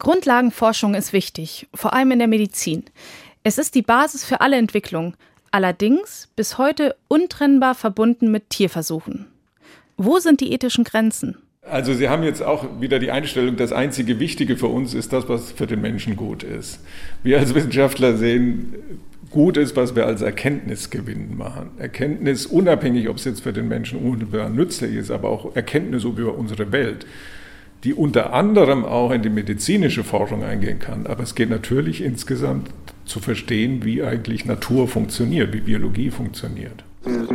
Grundlagenforschung ist wichtig, vor allem in der Medizin. Es ist die Basis für alle Entwicklung, allerdings bis heute untrennbar verbunden mit Tierversuchen. Wo sind die ethischen Grenzen? Also Sie haben jetzt auch wieder die Einstellung, das einzige Wichtige für uns ist das, was für den Menschen gut ist. Wir als Wissenschaftler sehen, gut ist, was wir als Erkenntnisgewinn machen. Erkenntnis, unabhängig, ob es jetzt für den Menschen unmittelbar nützlich ist, aber auch Erkenntnis über unsere Welt, die unter anderem auch in die medizinische Forschung eingehen kann. Aber es geht natürlich insgesamt zu verstehen, wie eigentlich Natur funktioniert, wie Biologie funktioniert.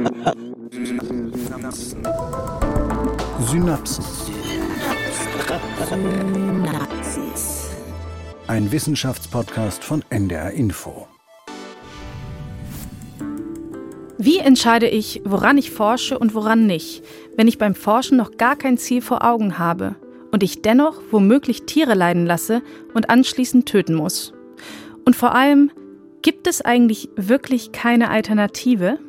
Synapsen. Ein Wissenschaftspodcast von NDR Info. Wie entscheide ich, woran ich forsche und woran nicht, wenn ich beim Forschen noch gar kein Ziel vor Augen habe und ich dennoch womöglich Tiere leiden lasse und anschließend töten muss? Und vor allem, gibt es eigentlich wirklich keine Alternative?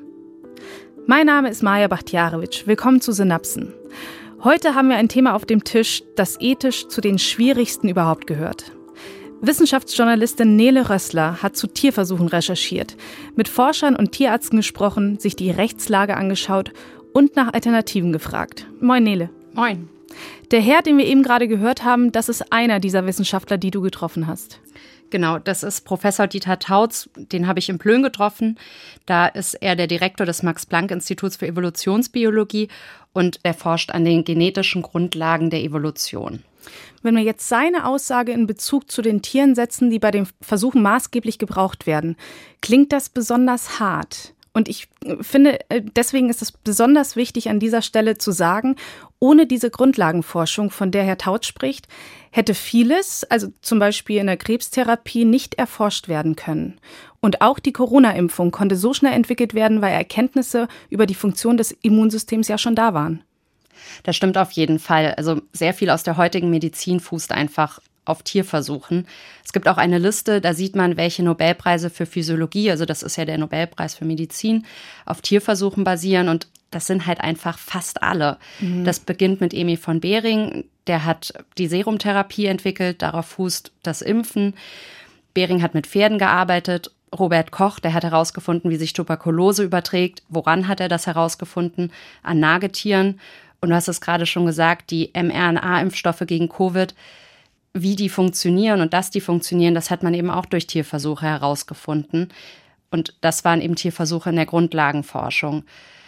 Mein Name ist Maja Bakhtiarewitsch. Willkommen zu Synapsen. Heute haben wir ein Thema auf dem Tisch, das ethisch zu den schwierigsten überhaupt gehört. Wissenschaftsjournalistin Nele Rössler hat zu Tierversuchen recherchiert, mit Forschern und Tierärzten gesprochen, sich die Rechtslage angeschaut und nach Alternativen gefragt. Moin Nele. Moin. Der Herr, den wir eben gerade gehört haben, das ist einer dieser Wissenschaftler, die du getroffen hast. Genau, das ist Professor Dieter Tautz, den habe ich in Plön getroffen. Da ist er der Direktor des Max-Planck-Instituts für Evolutionsbiologie und er forscht an den genetischen Grundlagen der Evolution. Wenn wir jetzt seine Aussage in Bezug zu den Tieren setzen, die bei den Versuchen maßgeblich gebraucht werden, klingt das besonders hart. Und ich finde, deswegen ist es besonders wichtig, an dieser Stelle zu sagen, ohne diese Grundlagenforschung, von der Herr Tautz spricht, hätte vieles, also zum Beispiel in der Krebstherapie, nicht erforscht werden können. Und auch die Corona-Impfung konnte so schnell entwickelt werden, weil Erkenntnisse über die Funktion des Immunsystems ja schon da waren. Das stimmt auf jeden Fall. Also sehr viel aus der heutigen Medizin fußt einfach auf Tierversuchen. Es gibt auch eine Liste, da sieht man, welche Nobelpreise für Physiologie, also das ist ja der Nobelpreis für Medizin, auf Tierversuchen basieren und das sind halt einfach fast alle. Das beginnt mit Emil von Behring, der hat die Serumtherapie entwickelt, darauf fußt das Impfen. Behring hat mit Pferden gearbeitet. Robert Koch, der hat herausgefunden, wie sich Tuberkulose überträgt. Woran hat er das herausgefunden? An Nagetieren. Und du hast es gerade schon gesagt, die mRNA-Impfstoffe gegen Covid, wie die funktionieren und dass die funktionieren, das hat man eben auch durch Tierversuche herausgefunden. Und das waren eben Tierversuche in der Grundlagenforschung.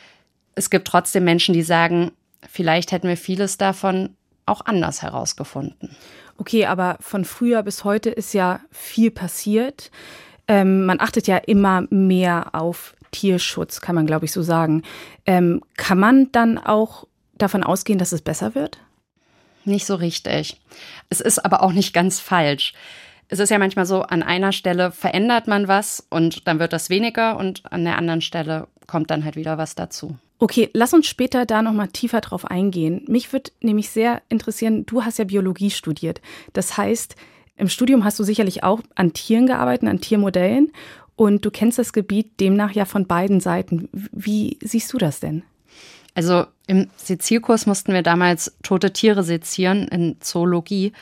Es gibt trotzdem Menschen, die sagen, vielleicht hätten wir vieles davon auch anders herausgefunden. Okay, aber von früher bis heute ist ja viel passiert. Man achtet ja immer mehr auf Tierschutz, kann man, glaube ich, so sagen. Kann man dann auch davon ausgehen, dass es besser wird? Nicht so richtig. Es ist aber auch nicht ganz falsch. Es ist ja manchmal so, an einer Stelle verändert man was und dann wird das weniger und an der anderen Stelle kommt dann halt wieder was dazu. Okay, lass uns später da nochmal tiefer drauf eingehen. Mich würde nämlich sehr interessieren, du hast ja Biologie studiert. Das heißt, im Studium hast du sicherlich auch an Tieren gearbeitet, an Tiermodellen und du kennst das Gebiet demnach ja von beiden Seiten. Wie siehst du das denn? Also im Sezierkurs mussten wir damals tote Tiere sezieren in Zoologie.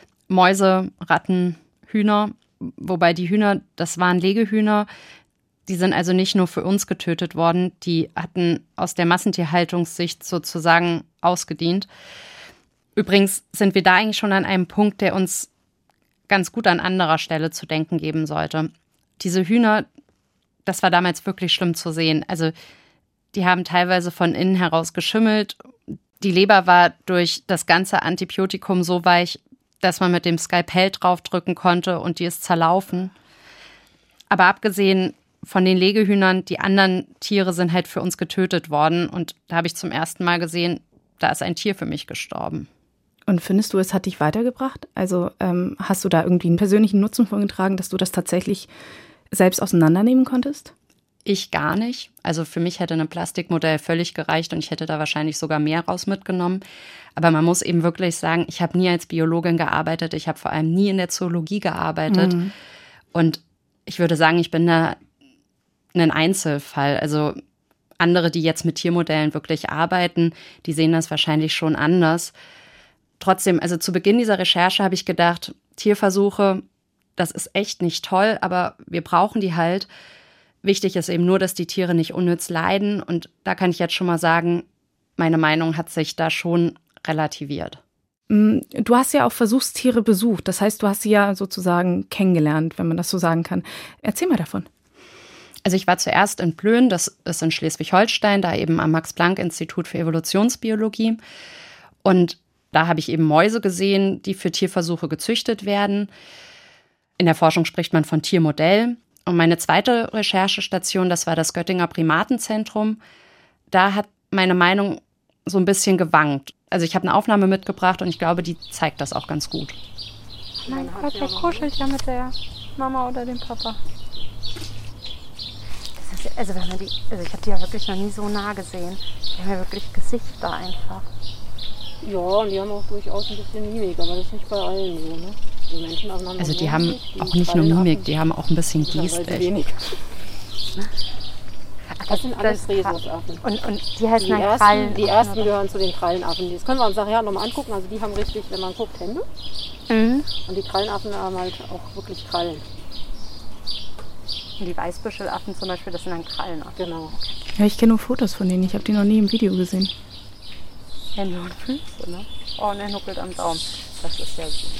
Mäuse, Ratten, Hühner, wobei die Hühner, das waren Legehühner. Die sind also nicht nur für uns getötet worden, die hatten aus der Massentierhaltungssicht sozusagen ausgedient. Übrigens sind wir da eigentlich schon an einem Punkt, der uns ganz gut an anderer Stelle zu denken geben sollte. Diese Hühner, das war damals wirklich schlimm zu sehen. Also die haben teilweise von innen heraus geschimmelt. Die Leber war durch das ganze Antibiotikum so weich, dass man mit dem Skalpell draufdrücken konnte und die ist zerlaufen. Aber abgesehen von den Legehühnern, die anderen Tiere sind halt für uns getötet worden. Und da habe ich zum ersten Mal gesehen, da ist ein Tier für mich gestorben. Und findest du, es hat dich weitergebracht? Also hast du da irgendwie einen persönlichen Nutzen von getragen, dass du das tatsächlich selbst auseinandernehmen konntest? Ich gar nicht. Also für mich hätte ein Plastikmodell völlig gereicht und ich hätte da wahrscheinlich sogar mehr raus mitgenommen. Aber man muss eben wirklich sagen, ich habe nie als Biologin gearbeitet. Ich habe vor allem nie in der Zoologie gearbeitet. Und ich würde sagen, ich bin da ein Einzelfall. Also andere, die jetzt mit Tiermodellen wirklich arbeiten, die sehen das wahrscheinlich schon anders. Trotzdem, also zu Beginn dieser Recherche habe ich gedacht, Tierversuche, das ist echt nicht toll, aber wir brauchen die halt. Wichtig ist eben nur, dass die Tiere nicht unnütz leiden. Und da kann ich jetzt schon mal sagen, meine Meinung hat sich da schon relativiert. Du hast ja auch Versuchstiere besucht. Das heißt, du hast sie ja sozusagen kennengelernt, wenn man das so sagen kann. Erzähl mal davon. Also ich war zuerst in Plön, das ist in Schleswig-Holstein, da eben am Max-Planck-Institut für Evolutionsbiologie. Und da habe ich eben Mäuse gesehen, die für Tierversuche gezüchtet werden. In der Forschung spricht man von Tiermodell. Und meine zweite Recherchestation, das war das Göttinger Primatenzentrum. Da hat meine Meinung so ein bisschen gewankt. Also ich habe eine Aufnahme mitgebracht und ich glaube, die zeigt das auch ganz gut. Mein Gott, der kuschelt ja mit der Mama oder dem Papa. Das ist, also ich habe die ja wirklich noch nie so nah gesehen. Die haben ja wirklich Gesichter einfach. Ja, und die haben auch durchaus ein bisschen Mimik, aber das ist nicht bei allen so, ne? Die Menschenaffen haben also die haben auch nicht nur Mimik, die haben auch ein bisschen Gestik. Das sind alles Rhesusaffen. Und die heißen dann Krallenaffen? Die ersten gehören zu den Krallenaffen. Das können wir uns nachher nochmal angucken. Also die haben richtig, wenn man guckt, Hände. Mhm. Und die Krallenaffen haben halt auch wirklich Krallen. Und die Weißbüschelaffen zum Beispiel, das sind dann Krallenaffen. Genau. Ja, ich kenne nur Fotos von denen. Ich habe die noch nie im Video gesehen. Hände und Füße, ne? Oh, und er nuckelt am Daumen. Das ist ja süß.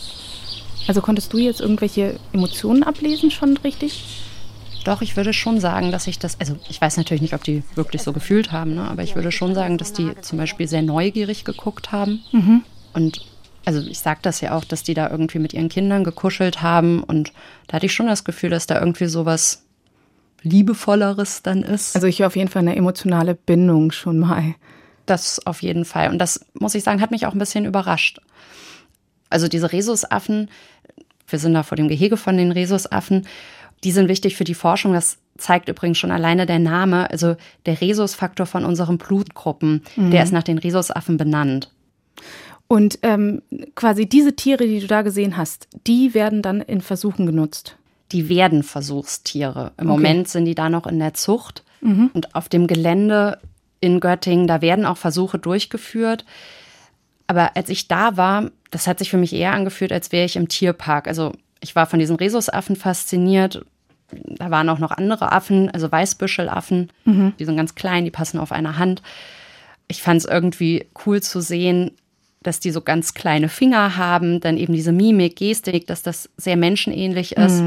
Also konntest du jetzt irgendwelche Emotionen ablesen schon richtig? Doch, ich würde schon sagen, dass ich das, also ich weiß natürlich nicht, ob die wirklich so gefühlt haben, ne? Aber ich würde schon sagen, dass die zum Beispiel sehr neugierig geguckt haben. Mhm. Und also ich sage das ja auch, dass die da irgendwie mit ihren Kindern gekuschelt haben. Und da hatte ich schon das Gefühl, dass da irgendwie sowas Liebevolleres dann ist. Also ich höre auf jeden Fall eine emotionale Bindung schon mal. Das auf jeden Fall. Und das, muss ich sagen, hat mich auch ein bisschen überrascht. Also diese Rhesusaffen, wir sind da vor dem Gehege von den Rhesusaffen, die sind wichtig für die Forschung. Das zeigt übrigens schon alleine der Name. Also der Rhesusfaktor von unseren Blutgruppen, der ist nach den Rhesusaffen benannt. Und quasi diese Tiere, die du da gesehen hast, die werden dann in Versuchen genutzt? Die werden Versuchstiere. Im Moment sind die da noch in der Zucht. Und auf dem Gelände in Göttingen, da werden auch Versuche durchgeführt. Aber als ich da war, das hat sich für mich eher angefühlt, als wäre ich im Tierpark. Also ich war von diesen Rhesusaffen fasziniert. Da waren auch noch andere Affen, also Weißbüschelaffen. Die sind ganz klein, die passen auf eine Hand. Ich fand es irgendwie cool zu sehen, dass die so ganz kleine Finger haben. Dann eben diese Mimik, Gestik, dass das sehr menschenähnlich ist.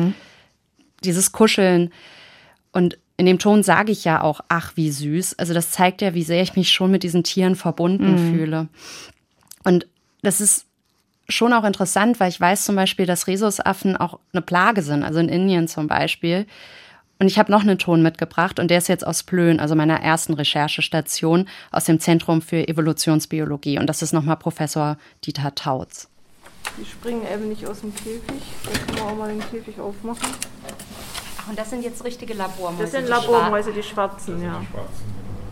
Dieses Kuscheln. Und in dem Ton sage ich ja auch, ach, wie süß. Also das zeigt ja, wie sehr ich mich schon mit diesen Tieren verbunden fühle. Und das ist schon auch interessant, weil ich weiß zum Beispiel, dass Rhesusaffen auch eine Plage sind, also in Indien zum Beispiel. Und ich habe noch einen Ton mitgebracht und der ist jetzt aus Plön, also meiner ersten Recherchestation aus dem Zentrum für Evolutionsbiologie. Und das ist nochmal Professor Dieter Tautz. Die springen eben nicht aus dem Käfig. Da kann man auch mal den Käfig aufmachen. Ach, und das sind jetzt richtige Labormäuse? Das sind Labormäuse, die schwarzen, ja. Die schwarzen,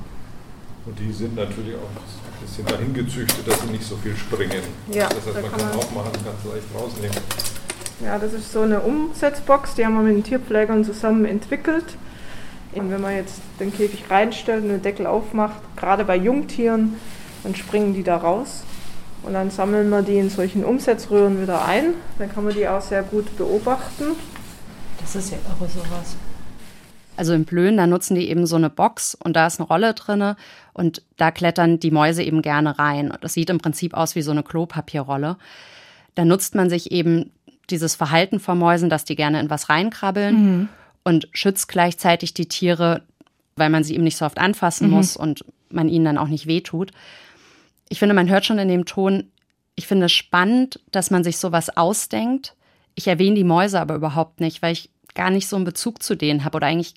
genau. Und die sind natürlich auch ein bisschen dahin gezüchtet, dass sie nicht so viel springen. Ja, das heißt, da man kann aufmachen und kann es leicht rausnehmen. Ja, das ist so eine Umsetzbox, die haben wir mit den Tierpflegern zusammen entwickelt. Und wenn man jetzt den Käfig reinstellt und den Deckel aufmacht, gerade bei Jungtieren, dann springen die da raus. Und dann sammeln wir die in solchen Umsetzröhren wieder ein. Dann kann man die auch sehr gut beobachten. Das ist ja irre sowas. Also in Plön, da nutzen die eben so eine Box und da ist eine Rolle drin und da klettern die Mäuse eben gerne rein. Das sieht im Prinzip aus wie so eine Klopapierrolle. Da nutzt man sich eben dieses Verhalten von Mäusen, dass die gerne in was reinkrabbeln und schützt gleichzeitig die Tiere, weil man sie eben nicht so oft anfassen muss und man ihnen dann auch nicht wehtut. Ich finde, man hört schon in dem Ton, ich finde es spannend, dass man sich sowas ausdenkt. Ich erwähne die Mäuse aber überhaupt nicht, weil ich gar nicht so einen Bezug zu denen habe oder eigentlich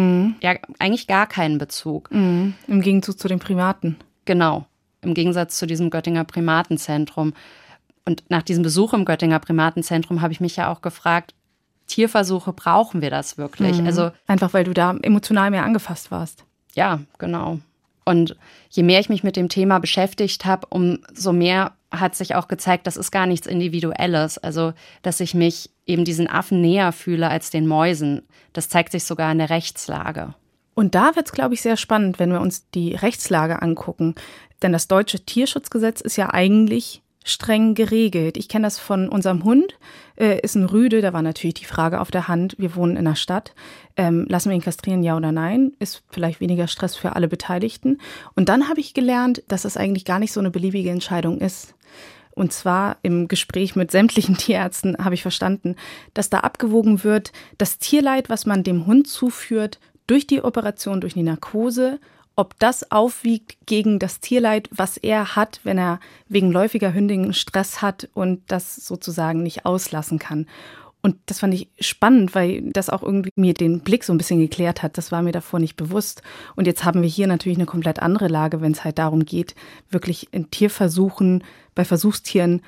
gar keinen Bezug. Im Gegenzug zu den Primaten. Genau, im Gegensatz zu diesem Göttinger Primatenzentrum. Und nach diesem Besuch im Göttinger Primatenzentrum habe ich mich ja auch gefragt, Tierversuche, brauchen wir das wirklich? Also einfach, weil du da emotional mehr angefasst warst. Ja, genau. Und je mehr ich mich mit dem Thema beschäftigt habe, umso mehr hat sich auch gezeigt, das ist gar nichts Individuelles. Also, dass ich mich eben diesen Affen näher fühle als den Mäusen. Das zeigt sich sogar in der Rechtslage. Und da wird es, glaube ich, sehr spannend, wenn wir uns die Rechtslage angucken. Denn das deutsche Tierschutzgesetz ist ja eigentlich streng geregelt. Ich kenne das von unserem Hund, ist ein Rüde, da war natürlich die Frage auf der Hand, wir wohnen in einer Stadt, lassen wir ihn kastrieren, ja oder nein? Ist vielleicht weniger Stress für alle Beteiligten. Und dann habe ich gelernt, dass das eigentlich gar nicht so eine beliebige Entscheidung ist. Und zwar im Gespräch mit sämtlichen Tierärzten habe ich verstanden, dass da abgewogen wird, das Tierleid, was man dem Hund zuführt, durch die Operation, durch die Narkose, ob das aufwiegt gegen das Tierleid, was er hat, wenn er wegen läufiger Hündin Stress hat und das sozusagen nicht auslassen kann. Und das fand ich spannend, weil das auch irgendwie mir den Blick so ein bisschen geklärt hat. Das war mir davor nicht bewusst. Und jetzt haben wir hier natürlich eine komplett andere Lage, wenn es halt darum geht, wirklich in Tierversuchen, bei Versuchstieren,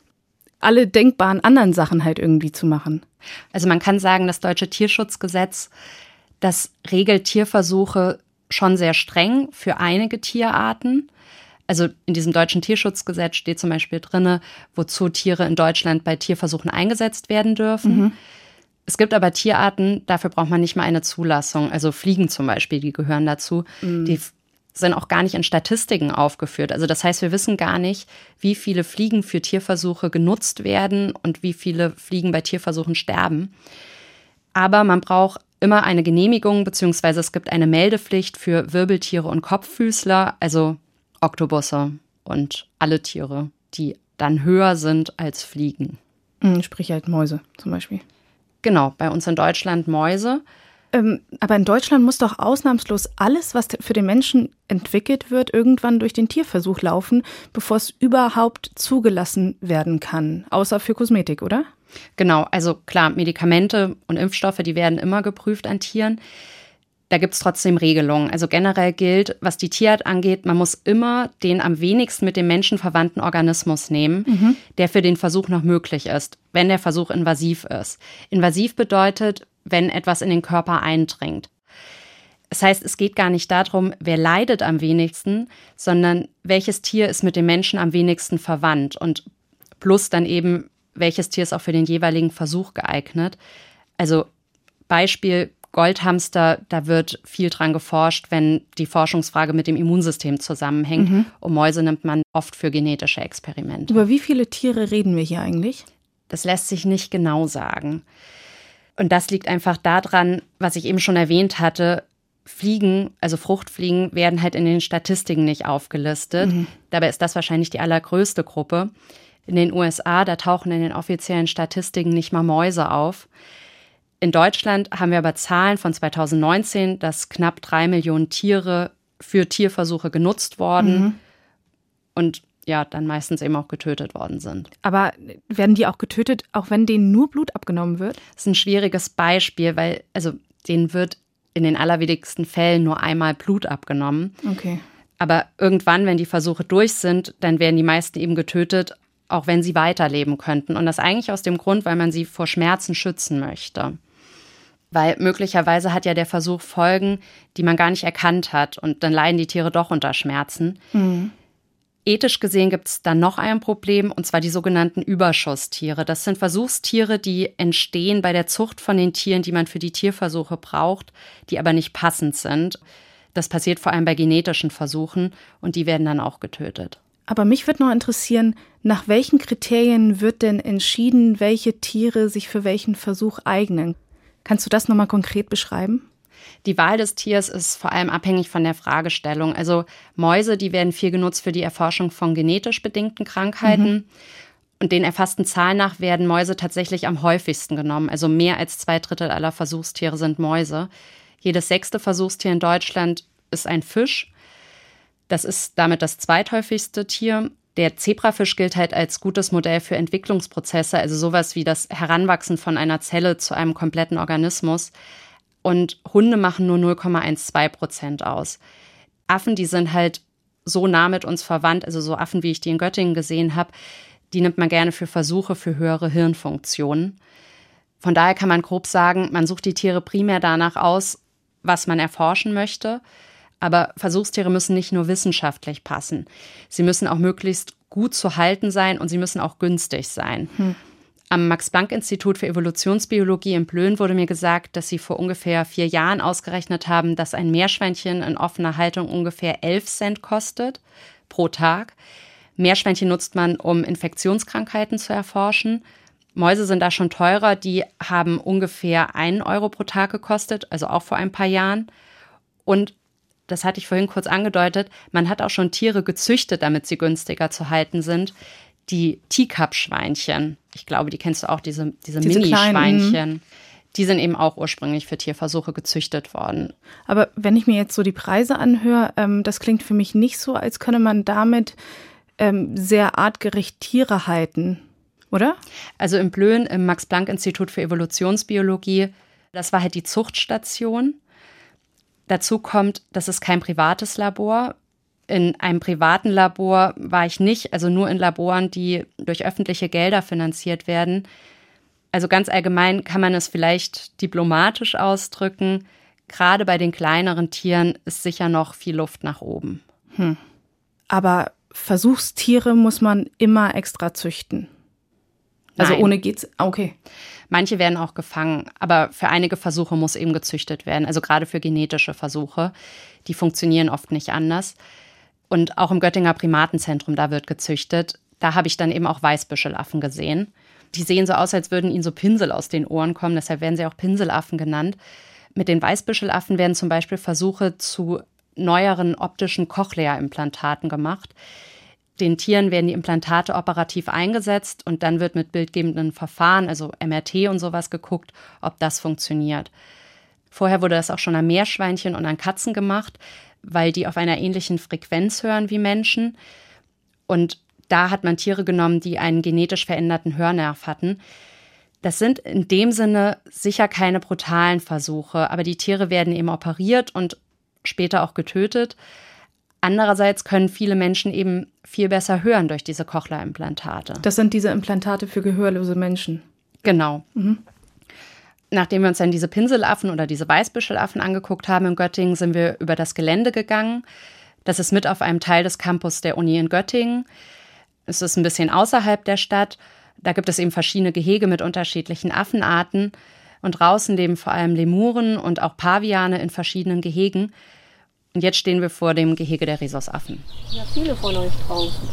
alle denkbaren anderen Sachen halt irgendwie zu machen. Also man kann sagen, das deutsche Tierschutzgesetz, das regelt Tierversuche schon sehr streng für einige Tierarten. Also in diesem deutschen Tierschutzgesetz steht zum Beispiel drin, wozu Tiere in Deutschland bei Tierversuchen eingesetzt werden dürfen. Mhm. Es gibt aber Tierarten, dafür braucht man nicht mal eine Zulassung. Also Fliegen zum Beispiel, die gehören dazu. Mhm. Die sind auch gar nicht in Statistiken aufgeführt. Also das heißt, wir wissen gar nicht, wie viele Fliegen für Tierversuche genutzt werden und wie viele Fliegen bei Tierversuchen sterben. Aber man braucht immer eine Genehmigung, beziehungsweise es gibt eine Meldepflicht für Wirbeltiere und Kopffüßler, also Oktopusse und alle Tiere, die dann höher sind als Fliegen. Sprich halt Mäuse zum Beispiel. Genau, bei uns in Deutschland Mäuse. Aber in Deutschland muss doch ausnahmslos alles, was für den Menschen entwickelt wird, irgendwann durch den Tierversuch laufen, bevor es überhaupt zugelassen werden kann. Außer für Kosmetik, oder? Genau, also klar, Medikamente und Impfstoffe, die werden immer geprüft an Tieren. Da gibt es trotzdem Regelungen. Also generell gilt, was die Tierart angeht, man muss immer den am wenigsten mit dem Menschen verwandten Organismus nehmen, der für den Versuch noch möglich ist, wenn der Versuch invasiv ist. Invasiv bedeutet, wenn etwas in den Körper eindringt. Das heißt, es geht gar nicht darum, wer leidet am wenigsten, sondern welches Tier ist mit dem Menschen am wenigsten verwandt und plus dann eben, welches Tier ist auch für den jeweiligen Versuch geeignet. Also Beispiel Goldhamster, da wird viel dran geforscht, wenn die Forschungsfrage mit dem Immunsystem zusammenhängt. Und Mäuse nimmt man oft für genetische Experimente. Über wie viele Tiere reden wir hier eigentlich? Das lässt sich nicht genau sagen. Und das liegt einfach daran, was ich eben schon erwähnt hatte, Fliegen, also Fruchtfliegen, werden halt in den Statistiken nicht aufgelistet. Dabei ist das wahrscheinlich die allergrößte Gruppe. In den USA, da tauchen in den offiziellen Statistiken nicht mal Mäuse auf. In Deutschland haben wir aber Zahlen von 2019, dass knapp 3 Millionen Tiere für Tierversuche genutzt wurden und ja, dann meistens eben auch getötet worden sind. Aber werden die auch getötet, auch wenn denen nur Blut abgenommen wird? Das ist ein schwieriges Beispiel, weil denen wird in den allerwenigsten Fällen nur einmal Blut abgenommen. Okay. Aber irgendwann, wenn die Versuche durch sind, dann werden die meisten eben getötet, auch wenn sie weiterleben könnten. Und das eigentlich aus dem Grund, weil man sie vor Schmerzen schützen möchte. Weil möglicherweise hat ja der Versuch Folgen, die man gar nicht erkannt hat. Und dann leiden die Tiere doch unter Schmerzen. Ethisch gesehen gibt es dann noch ein Problem, und zwar die sogenannten Überschusstiere. Das sind Versuchstiere, die entstehen bei der Zucht von den Tieren, die man für die Tierversuche braucht, die aber nicht passend sind. Das passiert vor allem bei genetischen Versuchen und die werden dann auch getötet. Aber mich würde noch interessieren, nach welchen Kriterien wird denn entschieden, welche Tiere sich für welchen Versuch eignen? Kannst du das nochmal konkret beschreiben? Die Wahl des Tiers ist vor allem abhängig von der Fragestellung. Also Mäuse, die werden viel genutzt für die Erforschung von genetisch bedingten Krankheiten. Und den erfassten Zahlen nach werden Mäuse tatsächlich am häufigsten genommen. Also mehr als 2/3 aller Versuchstiere sind Mäuse. Jedes 6. Versuchstier in Deutschland ist ein Fisch. Das ist damit das zweithäufigste Tier. Der Zebrafisch gilt halt als gutes Modell für Entwicklungsprozesse, also sowas wie das Heranwachsen von einer Zelle zu einem kompletten Organismus. Und Hunde machen nur 0,12% aus. Affen, die sind halt so nah mit uns verwandt, also so Affen, wie ich die in Göttingen gesehen habe, die nimmt man gerne für Versuche für höhere Hirnfunktionen. Von daher kann man grob sagen, man sucht die Tiere primär danach aus, was man erforschen möchte. Aber Versuchstiere müssen nicht nur wissenschaftlich passen. Sie müssen auch möglichst gut zu halten sein und sie müssen auch günstig sein. Am Max-Planck-Institut für Evolutionsbiologie in Plön wurde mir gesagt, dass sie vor ungefähr 4 Jahren ausgerechnet haben, dass ein Meerschweinchen in offener Haltung ungefähr 11 Cent kostet pro Tag. Meerschweinchen nutzt man, um Infektionskrankheiten zu erforschen. Mäuse sind da schon teurer, die haben ungefähr 1 Euro pro Tag gekostet, also auch vor ein paar Jahren. Und das hatte ich vorhin kurz angedeutet, man hat auch schon Tiere gezüchtet, damit sie günstiger zu halten sind. Die Teacup-Schweinchen, ich glaube, die kennst du auch, diese Mini-Schweinchen, die sind eben auch ursprünglich für Tierversuche gezüchtet worden. Aber wenn ich mir jetzt so die Preise anhöre, das klingt für mich nicht so, als könne man damit sehr artgerecht Tiere halten, oder? Also in Plön, im Max-Planck-Institut für Evolutionsbiologie, das war halt die Zuchtstation. Dazu kommt, das ist kein privates Labor. In einem privaten Labor war ich nicht, also nur in Laboren, die durch öffentliche Gelder finanziert werden. Also ganz allgemein kann man es vielleicht diplomatisch ausdrücken. Gerade bei den kleineren Tieren ist sicher noch viel Luft nach oben. Aber Versuchstiere muss man immer extra züchten. Also Nein. Ohne geht's? Okay. Manche werden auch gefangen, aber für einige Versuche muss eben gezüchtet werden. Also gerade für genetische Versuche. Die funktionieren oft nicht anders. Und auch im Göttinger Primatenzentrum, da wird gezüchtet. Da habe ich dann eben auch Weißbüschelaffen gesehen. Die sehen so aus, als würden ihnen so Pinsel aus den Ohren kommen. Deshalb werden sie auch Pinselaffen genannt. Mit den Weißbüschelaffen werden zum Beispiel Versuche zu neueren optischen Cochlea-Implantaten gemacht. Den Tieren werden die Implantate operativ eingesetzt und dann wird mit bildgebenden Verfahren, also MRT und sowas, geguckt, ob das funktioniert. Vorher wurde das auch schon an Meerschweinchen und an Katzen gemacht, weil die auf einer ähnlichen Frequenz hören wie Menschen. Und da hat man Tiere genommen, die einen genetisch veränderten Hörnerv hatten. Das sind in dem Sinne sicher keine brutalen Versuche, aber die Tiere werden eben operiert und später auch getötet. Andererseits können viele Menschen eben viel besser hören durch diese Cochlea-Implantate. Das sind diese Implantate für gehörlose Menschen. Genau. Nachdem wir uns dann diese Pinselaffen oder diese Weißbüschelaffen angeguckt haben in Göttingen, sind wir über das Gelände gegangen. Das ist mit auf einem Teil des Campus der Uni in Göttingen. Es ist ein bisschen außerhalb der Stadt. Da gibt es eben verschiedene Gehege mit unterschiedlichen Affenarten. Und draußen leben vor allem Lemuren und auch Paviane in verschiedenen Gehegen. Und jetzt stehen wir vor dem Gehege der Rhesusaffen. Ja, viele von euch draußen.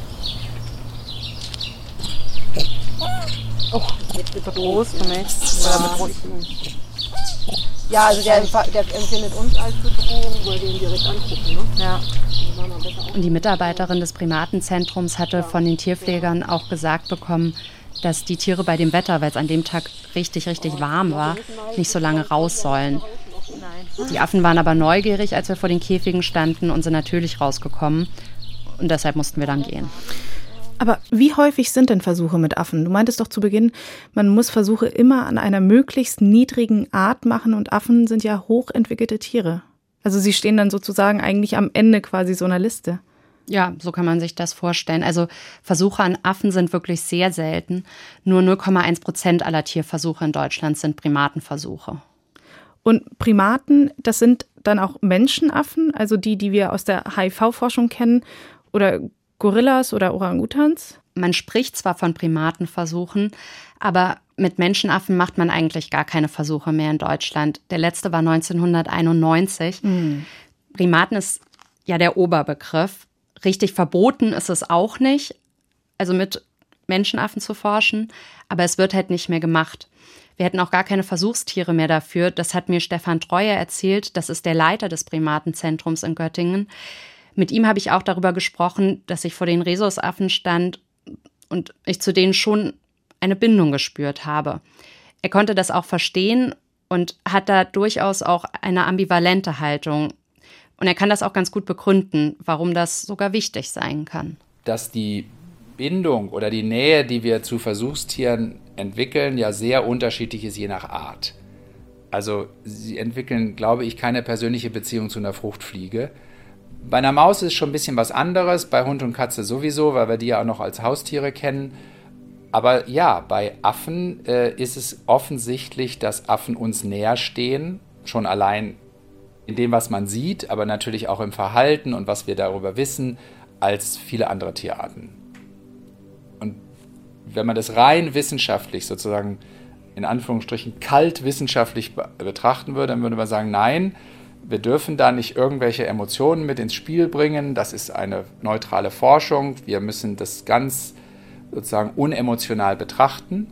Oh, jetzt wird er groß für mich. Ja, also der empfindet uns als Bedrohung, weil wir ihn direkt angucken, ne? Ja. Und die Mitarbeiterin des Primatenzentrums hatte von den Tierpflegern auch gesagt bekommen, dass die Tiere bei dem Wetter, weil es an dem Tag richtig, richtig warm war, nicht so lange raus sollen. Die Affen waren aber neugierig, als wir vor den Käfigen standen und sind natürlich rausgekommen. Und deshalb mussten wir dann gehen. Aber wie häufig sind denn Versuche mit Affen? Du meintest doch zu Beginn, man muss Versuche immer an einer möglichst niedrigen Art machen und Affen sind ja hochentwickelte Tiere. Also sie stehen dann sozusagen eigentlich am Ende quasi so einer Liste. Ja, so kann man sich das vorstellen. Also Versuche an Affen sind wirklich sehr selten. Nur 0,1% aller Tierversuche in Deutschland sind Primatenversuche. Und Primaten, das sind dann auch Menschenaffen, also die wir aus der HIV-Forschung kennen, oder Gorillas oder Orangutans? Man spricht zwar von Primatenversuchen, aber mit Menschenaffen macht man eigentlich gar keine Versuche mehr in Deutschland. Der letzte war 1991. Primaten ist ja der Oberbegriff. Richtig verboten ist es auch nicht, also mit Menschenaffen zu forschen, aber es wird halt nicht mehr gemacht. Wir hätten auch gar keine Versuchstiere mehr dafür. Das hat mir Stefan Treuer erzählt. Das ist der Leiter des Primatenzentrums in Göttingen. Mit ihm habe ich auch darüber gesprochen, dass ich vor den Rhesusaffen stand und ich zu denen schon eine Bindung gespürt habe. Er konnte das auch verstehen und hat da durchaus auch eine ambivalente Haltung. Und er kann das auch ganz gut begründen, warum das sogar wichtig sein kann. Dass die Bindung oder die Nähe, die wir zu Versuchstieren entwickeln, ja sehr unterschiedlich ist je nach Art. Also sie entwickeln, glaube ich, keine persönliche Beziehung zu einer Fruchtfliege. Bei einer Maus ist es schon ein bisschen was anderes, bei Hund und Katze sowieso, weil wir die ja auch noch als Haustiere kennen. Aber ja, bei Affen ist es offensichtlich, dass Affen uns näher stehen, schon allein in dem, was man sieht, aber natürlich auch im Verhalten und was wir darüber wissen, als viele andere Tierarten. Und wenn man das rein wissenschaftlich, sozusagen in Anführungsstrichen kalt wissenschaftlich betrachten würde, dann würde man sagen, nein, Wir dürfen da nicht irgendwelche Emotionen mit ins Spiel bringen. Das ist eine neutrale Forschung. Wir müssen das ganz sozusagen unemotional betrachten.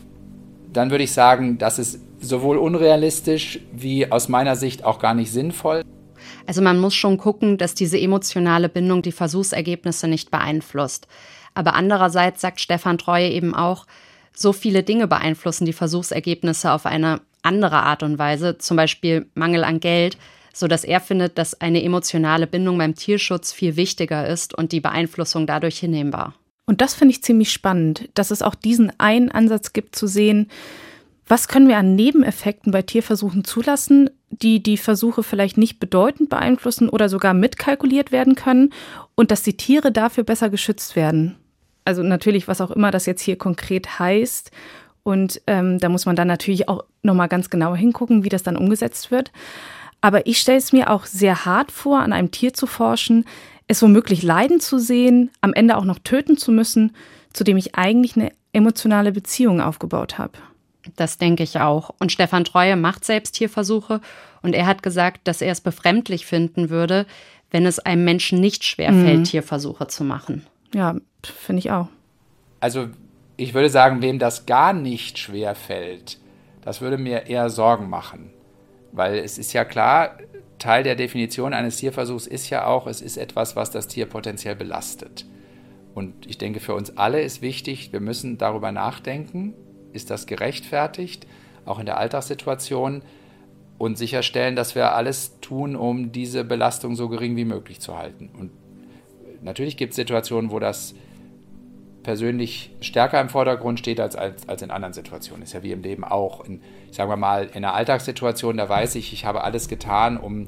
Dann würde ich sagen, das ist sowohl unrealistisch wie aus meiner Sicht auch gar nicht sinnvoll. Also man muss schon gucken, dass diese emotionale Bindung die Versuchsergebnisse nicht beeinflusst. Aber andererseits sagt Stefan Treue eben auch, so viele Dinge beeinflussen die Versuchsergebnisse auf eine andere Art und Weise, zum Beispiel Mangel an Geld, sodass er findet, dass eine emotionale Bindung beim Tierschutz viel wichtiger ist und die Beeinflussung dadurch hinnehmbar. Und das finde ich ziemlich spannend, dass es auch diesen einen Ansatz gibt zu sehen, was können wir an Nebeneffekten bei Tierversuchen zulassen, die die Versuche vielleicht nicht bedeutend beeinflussen oder sogar mitkalkuliert werden können und dass die Tiere dafür besser geschützt werden. Also natürlich, was auch immer das jetzt hier konkret heißt. Und da muss man dann natürlich auch nochmal ganz genau hingucken, wie das dann umgesetzt wird. Aber ich stelle es mir auch sehr hart vor, an einem Tier zu forschen, es womöglich leiden zu sehen, am Ende auch noch töten zu müssen, zu dem ich eigentlich eine emotionale Beziehung aufgebaut habe. Das denke ich auch. Und Stefan Treue macht selbst Tierversuche und er hat gesagt, dass er es befremdlich finden würde, wenn es einem Menschen nicht schwerfällt, Tierversuche zu machen. Ja, finde ich auch. Also ich würde sagen, wem das gar nicht schwerfällt, das würde mir eher Sorgen machen. Weil es ist ja klar, Teil der Definition eines Tierversuchs ist ja auch, es ist etwas, was das Tier potenziell belastet. Und ich denke, für uns alle ist wichtig, wir müssen darüber nachdenken, ist das gerechtfertigt, auch in der Alltagssituation, und sicherstellen, dass wir alles tun, um diese Belastung so gering wie möglich zu halten. Und natürlich gibt es Situationen, wo das persönlich stärker im Vordergrund steht als in anderen Situationen. Ist ja wie im Leben auch. Sagen wir mal, in einer Alltagssituation, da weiß ich habe alles getan, um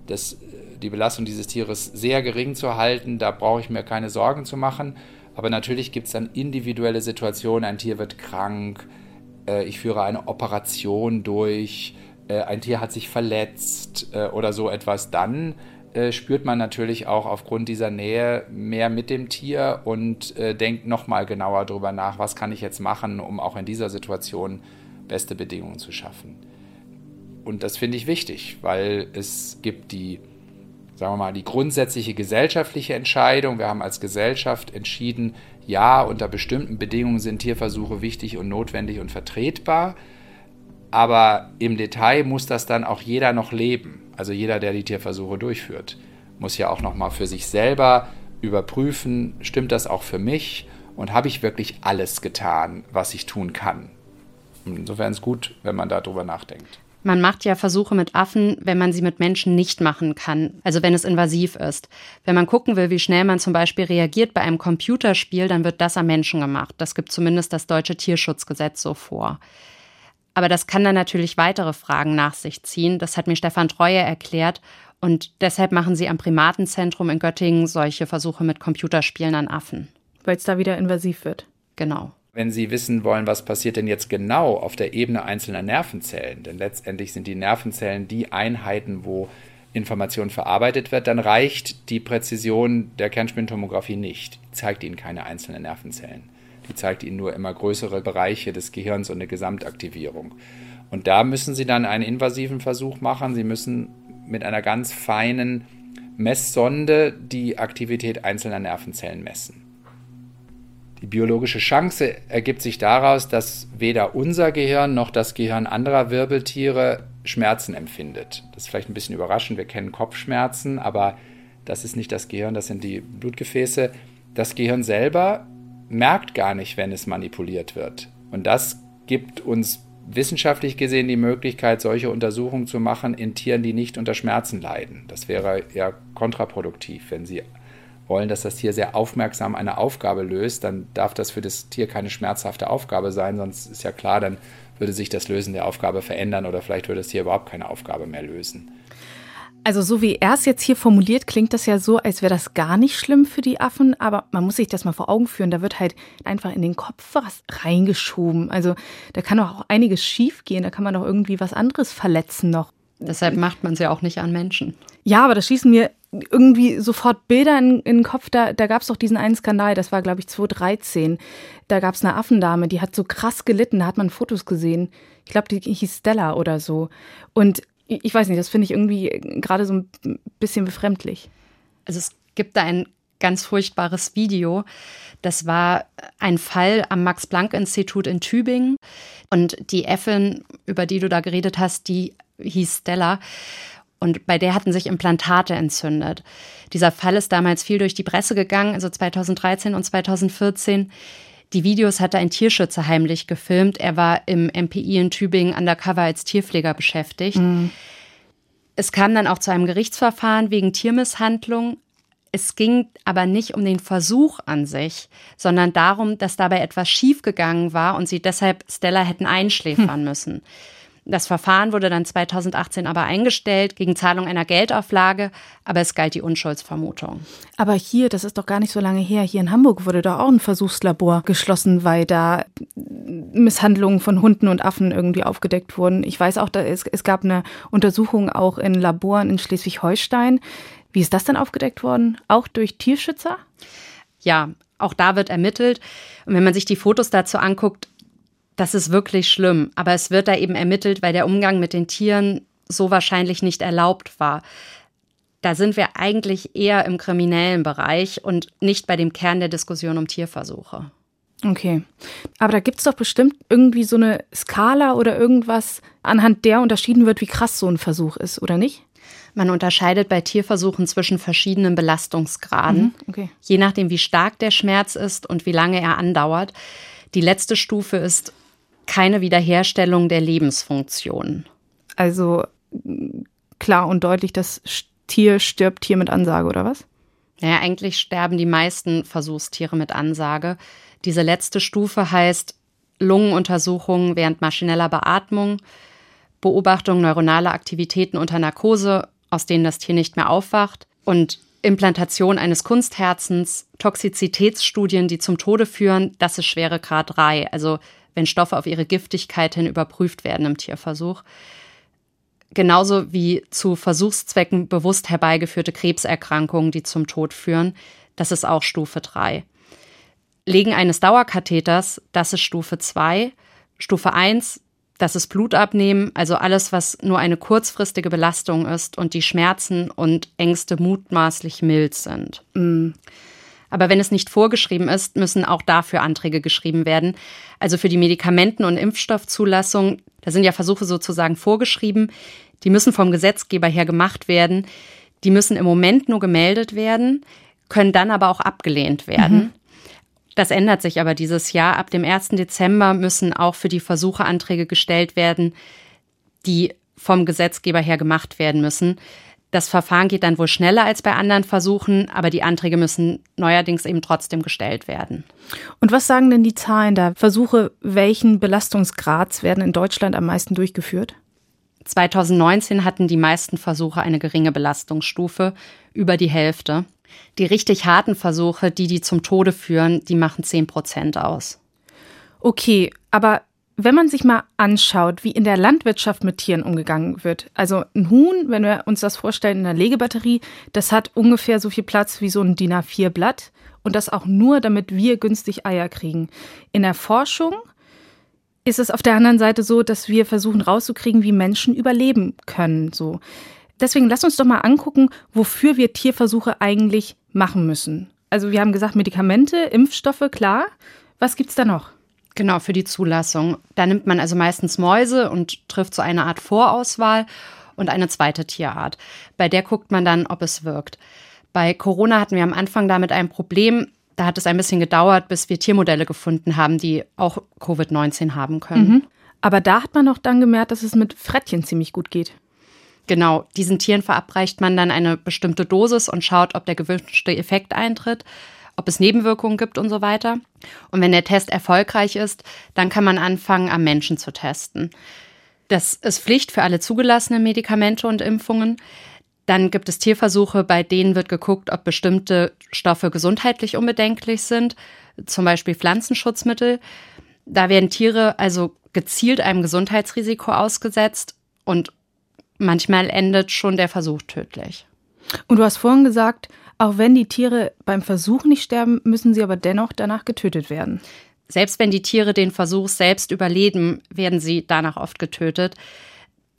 die Belastung dieses Tieres sehr gering zu halten. Da brauche ich mir keine Sorgen zu machen. Aber natürlich gibt es dann individuelle Situationen. Ein Tier wird krank, ich führe eine Operation durch, ein Tier hat sich verletzt oder so etwas. Dann spürt man natürlich auch aufgrund dieser Nähe mehr mit dem Tier und denkt nochmal genauer darüber nach, was kann ich jetzt machen, um auch in dieser Situation beste Bedingungen zu schaffen. Und das finde ich wichtig, weil es gibt die grundsätzliche gesellschaftliche Entscheidung. Wir haben als Gesellschaft entschieden, ja, unter bestimmten Bedingungen sind Tierversuche wichtig und notwendig und vertretbar. Aber im Detail muss das dann auch jeder noch leben. Also jeder, der die Tierversuche durchführt, muss ja auch nochmal für sich selber überprüfen, stimmt das auch für mich und habe ich wirklich alles getan, was ich tun kann. Insofern ist es gut, wenn man darüber nachdenkt. Man macht ja Versuche mit Affen, wenn man sie mit Menschen nicht machen kann, also wenn es invasiv ist. Wenn man gucken will, wie schnell man zum Beispiel reagiert bei einem Computerspiel, dann wird das am Menschen gemacht. Das gibt zumindest das deutsche Tierschutzgesetz so vor. Aber das kann dann natürlich weitere Fragen nach sich ziehen. Das hat mir Stefan Treue erklärt. Und deshalb machen sie am Primatenzentrum in Göttingen solche Versuche mit Computerspielen an Affen. Weil es da wieder invasiv wird. Genau. Wenn Sie wissen wollen, was passiert denn jetzt genau auf der Ebene einzelner Nervenzellen, denn letztendlich sind die Nervenzellen die Einheiten, wo Information verarbeitet wird, dann reicht die Präzision der Kernspintomographie nicht. Die zeigt Ihnen keine einzelnen Nervenzellen. Die zeigt Ihnen nur immer größere Bereiche des Gehirns und eine Gesamtaktivierung. Und da müssen Sie dann einen invasiven Versuch machen. Sie müssen mit einer ganz feinen Messsonde die Aktivität einzelner Nervenzellen messen. Die biologische Chance ergibt sich daraus, dass weder unser Gehirn noch das Gehirn anderer Wirbeltiere Schmerzen empfindet. Das ist vielleicht ein bisschen überraschend, wir kennen Kopfschmerzen, aber das ist nicht das Gehirn, das sind die Blutgefäße. Das Gehirn selber merkt gar nicht, wenn es manipuliert wird. Und das gibt uns wissenschaftlich gesehen die Möglichkeit, solche Untersuchungen zu machen in Tieren, die nicht unter Schmerzen leiden. Das wäre ja kontraproduktiv. Wenn Sie wollen, dass das Tier sehr aufmerksam eine Aufgabe löst, dann darf das für das Tier keine schmerzhafte Aufgabe sein, sonst ist ja klar, dann würde sich das Lösen der Aufgabe verändern oder vielleicht würde das Tier überhaupt keine Aufgabe mehr lösen. Also so wie er es jetzt hier formuliert, klingt das ja so, als wäre das gar nicht schlimm für die Affen, aber man muss sich das mal vor Augen führen, da wird halt einfach in den Kopf was reingeschoben. Also da kann doch auch einiges schief gehen, da kann man doch irgendwie was anderes verletzen noch. Deshalb macht man es ja auch nicht an Menschen. Ja, aber da schießen mir irgendwie sofort Bilder in den Kopf. Da gab es doch diesen einen Skandal, das war, glaube ich, 2013. Da gab es eine Affendame, die hat so krass gelitten, da hat man Fotos gesehen. Ich glaube, die hieß Stella oder so. Und Ich weiß nicht, das finde ich irgendwie gerade so ein bisschen befremdlich. Also es gibt da ein ganz furchtbares Video. Das war ein Fall am Max-Planck-Institut in Tübingen. Und die Äffin, über die du da geredet hast, die hieß Stella. Und bei der hatten sich Implantate entzündet. Dieser Fall ist damals viel durch die Presse gegangen, also 2013 und 2014. Die Videos hatte ein Tierschützer heimlich gefilmt. Er war im MPI in Tübingen undercover als Tierpfleger beschäftigt. Mhm. Es kam dann auch zu einem Gerichtsverfahren wegen Tiermisshandlung. Es ging aber nicht um den Versuch an sich, sondern darum, dass dabei etwas schiefgegangen war und sie deshalb Stella hätten einschläfern müssen. Das Verfahren wurde dann 2018 aber eingestellt gegen Zahlung einer Geldauflage, aber es galt die Unschuldsvermutung. Aber hier, das ist doch gar nicht so lange her, hier in Hamburg wurde doch auch ein Versuchslabor geschlossen, weil da Misshandlungen von Hunden und Affen irgendwie aufgedeckt wurden. Ich weiß auch, es gab eine Untersuchung auch in Laboren in Schleswig-Holstein. Wie ist das denn aufgedeckt worden? Auch durch Tierschützer? Ja, auch da wird ermittelt. Und wenn man sich die Fotos dazu anguckt, das ist wirklich schlimm. Aber es wird da eben ermittelt, weil der Umgang mit den Tieren so wahrscheinlich nicht erlaubt war. Da sind wir eigentlich eher im kriminellen Bereich und nicht bei dem Kern der Diskussion um Tierversuche. Okay. Aber da gibt es doch bestimmt irgendwie so eine Skala oder irgendwas, anhand der unterschieden wird, wie krass so ein Versuch ist, oder nicht? Man unterscheidet bei Tierversuchen zwischen verschiedenen Belastungsgraden, okay. Je nachdem, wie stark der Schmerz ist und wie lange er andauert. Die letzte Stufe ist keine Wiederherstellung der Lebensfunktion. Also klar und deutlich, das Tier stirbt hier mit Ansage, oder was? Naja, eigentlich sterben die meisten Versuchstiere mit Ansage. Diese letzte Stufe heißt Lungenuntersuchungen während maschineller Beatmung, Beobachtung neuronaler Aktivitäten unter Narkose, aus denen das Tier nicht mehr aufwacht, und Implantation eines Kunstherzens, Toxizitätsstudien, die zum Tode führen, das ist Schweregrad 3, also wenn Stoffe auf ihre Giftigkeit hin überprüft werden im Tierversuch. Genauso wie zu Versuchszwecken bewusst herbeigeführte Krebserkrankungen, die zum Tod führen, das ist auch Stufe 3. Legen eines Dauerkatheters, das ist Stufe 2. Stufe 1, das ist Blutabnehmen, also alles, was nur eine kurzfristige Belastung ist und die Schmerzen und Ängste mutmaßlich mild sind. Aber wenn es nicht vorgeschrieben ist, müssen auch dafür Anträge geschrieben werden. Also für die Medikamenten- und Impfstoffzulassung, da sind ja Versuche sozusagen vorgeschrieben, die müssen vom Gesetzgeber her gemacht werden. Die müssen im Moment nur gemeldet werden, können dann aber auch abgelehnt werden. Mhm. Das ändert sich aber dieses Jahr. Ab dem 1. Dezember müssen auch für die Versuche Anträge gestellt werden, die vom Gesetzgeber her gemacht werden müssen. Das Verfahren geht dann wohl schneller als bei anderen Versuchen, aber die Anträge müssen neuerdings eben trotzdem gestellt werden. Und was sagen denn die Zahlen da? Versuche welchen Belastungsgrads werden in Deutschland am meisten durchgeführt? 2019 hatten die meisten Versuche eine geringe Belastungsstufe, über die Hälfte. Die richtig harten Versuche, die zum Tode führen, die machen 10% aus. Okay, aber wenn man sich mal anschaut, wie in der Landwirtschaft mit Tieren umgegangen wird, also ein Huhn, wenn wir uns das vorstellen in einer Legebatterie, das hat ungefähr so viel Platz wie so ein DIN A4-Blatt und das auch nur, damit wir günstig Eier kriegen. In der Forschung ist es auf der anderen Seite so, dass wir versuchen rauszukriegen, wie Menschen überleben können. So. Deswegen lass uns doch mal angucken, wofür wir Tierversuche eigentlich machen müssen. Also wir haben gesagt, Medikamente, Impfstoffe, klar. Was gibt's da noch? Genau, für die Zulassung. Da nimmt man also meistens Mäuse und trifft so eine Art Vorauswahl und eine zweite Tierart. Bei der guckt man dann, ob es wirkt. Bei Corona hatten wir am Anfang damit ein Problem. Da hat es ein bisschen gedauert, bis wir Tiermodelle gefunden haben, die auch Covid-19 haben können. Mhm. Aber da hat man auch dann gemerkt, dass es mit Frettchen ziemlich gut geht. Genau, diesen Tieren verabreicht man dann eine bestimmte Dosis und schaut, ob der gewünschte Effekt eintritt, ob es Nebenwirkungen gibt und so weiter. Und wenn der Test erfolgreich ist, dann kann man anfangen, am Menschen zu testen. Das ist Pflicht für alle zugelassenen Medikamente und Impfungen. Dann gibt es Tierversuche, bei denen wird geguckt, ob bestimmte Stoffe gesundheitlich unbedenklich sind, zum Beispiel Pflanzenschutzmittel. Da werden Tiere also gezielt einem Gesundheitsrisiko ausgesetzt und manchmal endet schon der Versuch tödlich. Und du hast vorhin gesagt, auch wenn die Tiere beim Versuch nicht sterben, müssen sie aber dennoch danach getötet werden. Selbst wenn die Tiere den Versuch selbst überleben, werden sie danach oft getötet.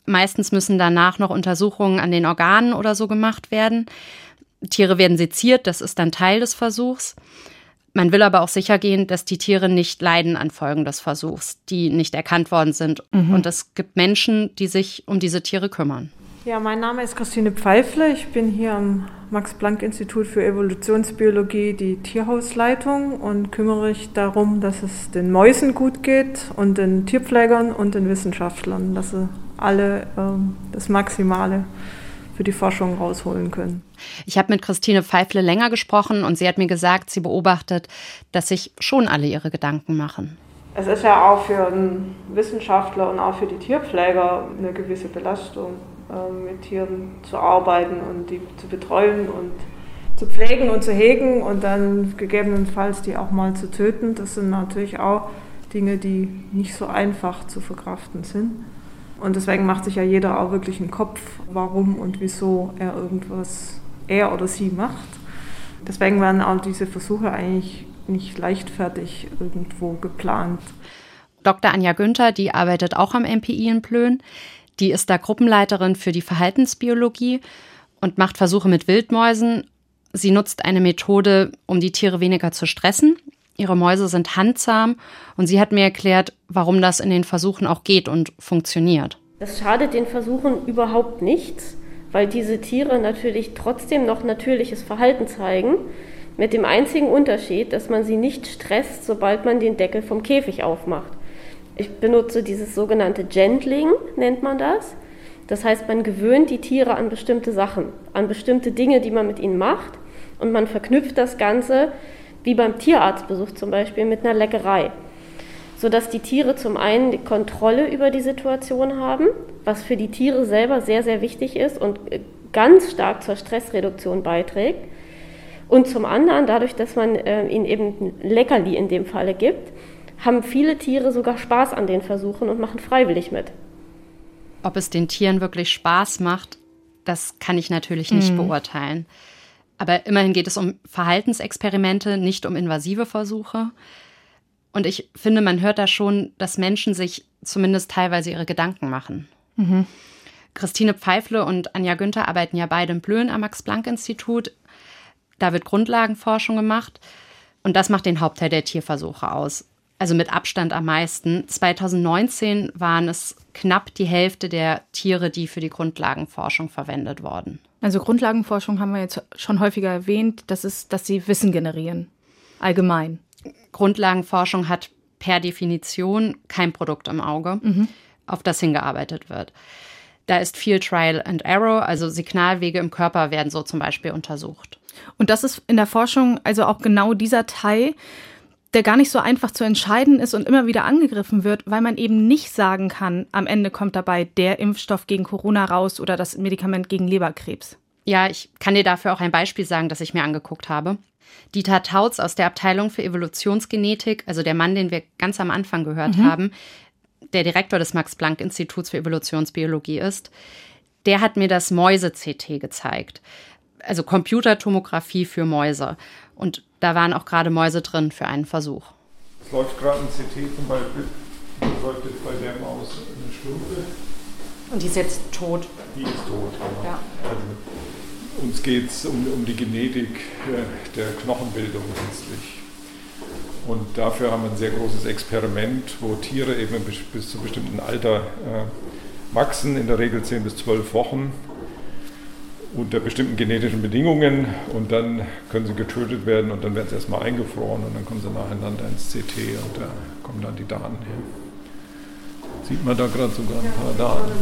Meistens müssen danach noch Untersuchungen an den Organen oder so gemacht werden. Tiere werden seziert, das ist dann Teil des Versuchs. Man will aber auch sicher gehen, dass die Tiere nicht leiden an Folgen des Versuchs, die nicht erkannt worden sind. Und es gibt Menschen, die sich um diese Tiere kümmern. Ja, mein Name ist Christine Pfeifle. Ich bin hier am Max-Planck-Institut für Evolutionsbiologie die Tierhausleitung und kümmere mich darum, dass es den Mäusen gut geht und den Tierpflegern und den Wissenschaftlern, dass sie alle das Maximale für die Forschung rausholen können. Ich habe mit Christine Pfeifle länger gesprochen und sie hat mir gesagt, sie beobachtet, dass sich schon alle ihre Gedanken machen. Es ist ja auch für einen Wissenschaftler und auch für die Tierpfleger eine gewisse Belastung, mit Tieren zu arbeiten und die zu betreuen und zu pflegen und zu hegen und dann gegebenenfalls die auch mal zu töten. Das sind natürlich auch Dinge, die nicht so einfach zu verkraften sind. Und deswegen macht sich ja jeder auch wirklich einen Kopf, warum und wieso er oder sie macht. Deswegen werden auch diese Versuche eigentlich nicht leichtfertig irgendwo geplant. Dr. Anja Günther, die arbeitet auch am MPI in Plön. Die ist da Gruppenleiterin für die Verhaltensbiologie und macht Versuche mit Wildmäusen. Sie nutzt eine Methode, um die Tiere weniger zu stressen. Ihre Mäuse sind handzahm und sie hat mir erklärt, warum das in den Versuchen auch geht und funktioniert. Das schadet den Versuchen überhaupt nichts, weil diese Tiere natürlich trotzdem noch natürliches Verhalten zeigen, mit dem einzigen Unterschied, dass man sie nicht stresst, sobald man den Deckel vom Käfig aufmacht. Ich benutze dieses sogenannte Gentling, nennt man das. Das heißt, man gewöhnt die Tiere an bestimmte Sachen, an bestimmte Dinge, die man mit ihnen macht. Und man verknüpft das Ganze, wie beim Tierarztbesuch zum Beispiel, mit einer Leckerei. Sodass die Tiere zum einen die Kontrolle über die Situation haben, was für die Tiere selber sehr, sehr wichtig ist und ganz stark zur Stressreduktion beiträgt. Und zum anderen, dadurch, dass man ihnen eben ein Leckerli in dem Falle gibt, haben viele Tiere sogar Spaß an den Versuchen und machen freiwillig mit. Ob es den Tieren wirklich Spaß macht, das kann ich natürlich nicht beurteilen. Aber immerhin geht es um Verhaltensexperimente, nicht um invasive Versuche. Und ich finde, man hört da schon, dass Menschen sich zumindest teilweise ihre Gedanken machen. Christine Pfeifle und Anja Günther arbeiten ja beide in Plön am Max-Planck-Institut. Da wird Grundlagenforschung gemacht. Und das macht den Hauptteil der Tierversuche aus. Also mit Abstand am meisten. 2019 waren es knapp die Hälfte der Tiere, die für die Grundlagenforschung verwendet wurden. Also Grundlagenforschung haben wir jetzt schon häufiger erwähnt, dass sie Wissen generieren, allgemein. Grundlagenforschung hat per Definition kein Produkt im Auge, auf das hingearbeitet wird. Da ist viel Trial and Error, also Signalwege im Körper werden so zum Beispiel untersucht. Und das ist in der Forschung also auch genau dieser Teil, der gar nicht so einfach zu entscheiden ist und immer wieder angegriffen wird, weil man eben nicht sagen kann, am Ende kommt dabei der Impfstoff gegen Corona raus oder das Medikament gegen Leberkrebs. Ja, ich kann dir dafür auch ein Beispiel sagen, das ich mir angeguckt habe. Dieter Tautz aus der Abteilung für Evolutionsgenetik, also der Mann, den wir ganz am Anfang gehört haben, der Direktor des Max-Planck-Instituts für Evolutionsbiologie ist, der hat mir das Mäuse-CT gezeigt. Also Computertomographie für Mäuse. Und da waren auch gerade Mäuse drin für einen Versuch. Es läuft gerade ein CT zum Beispiel, das läuft jetzt bei der Maus eine Stunde. Und die ist jetzt tot? Die ist tot, genau. Ja. Also, uns geht es um die Genetik der Knochenbildung letztlich. Und dafür haben wir ein sehr großes Experiment, wo Tiere eben bis zu einem bestimmten Alter wachsen, in der Regel 10 bis 12 Wochen. Unter bestimmten genetischen Bedingungen und dann können sie getötet werden und dann werden sie erstmal eingefroren und dann kommen sie nacheinander ins CT und da kommen dann die Daten her. Sieht man da gerade sogar ein paar Daten.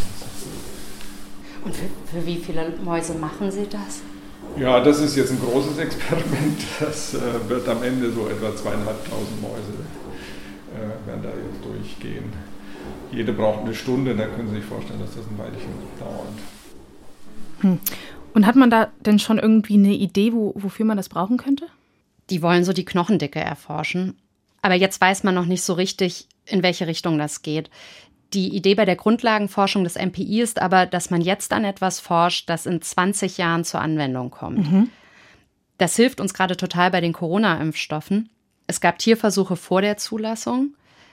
Und für wie viele Mäuse machen Sie das? Ja, das ist jetzt ein großes Experiment. Das wird am Ende so etwa 2.500 Mäuse werden da jetzt durchgehen. Jede braucht eine Stunde, dann können Sie sich vorstellen, dass das ein Weilchen dauert. Und hat man da denn schon irgendwie eine Idee, wofür man das brauchen könnte? Die wollen so die Knochendicke erforschen. Aber jetzt weiß man noch nicht so richtig, in welche Richtung das geht. Die Idee bei der Grundlagenforschung des MPI ist aber, dass man jetzt an etwas forscht, das in 20 Jahren zur Anwendung kommt. Das hilft uns gerade total bei den Corona-Impfstoffen. Es gab Tierversuche vor der Zulassung.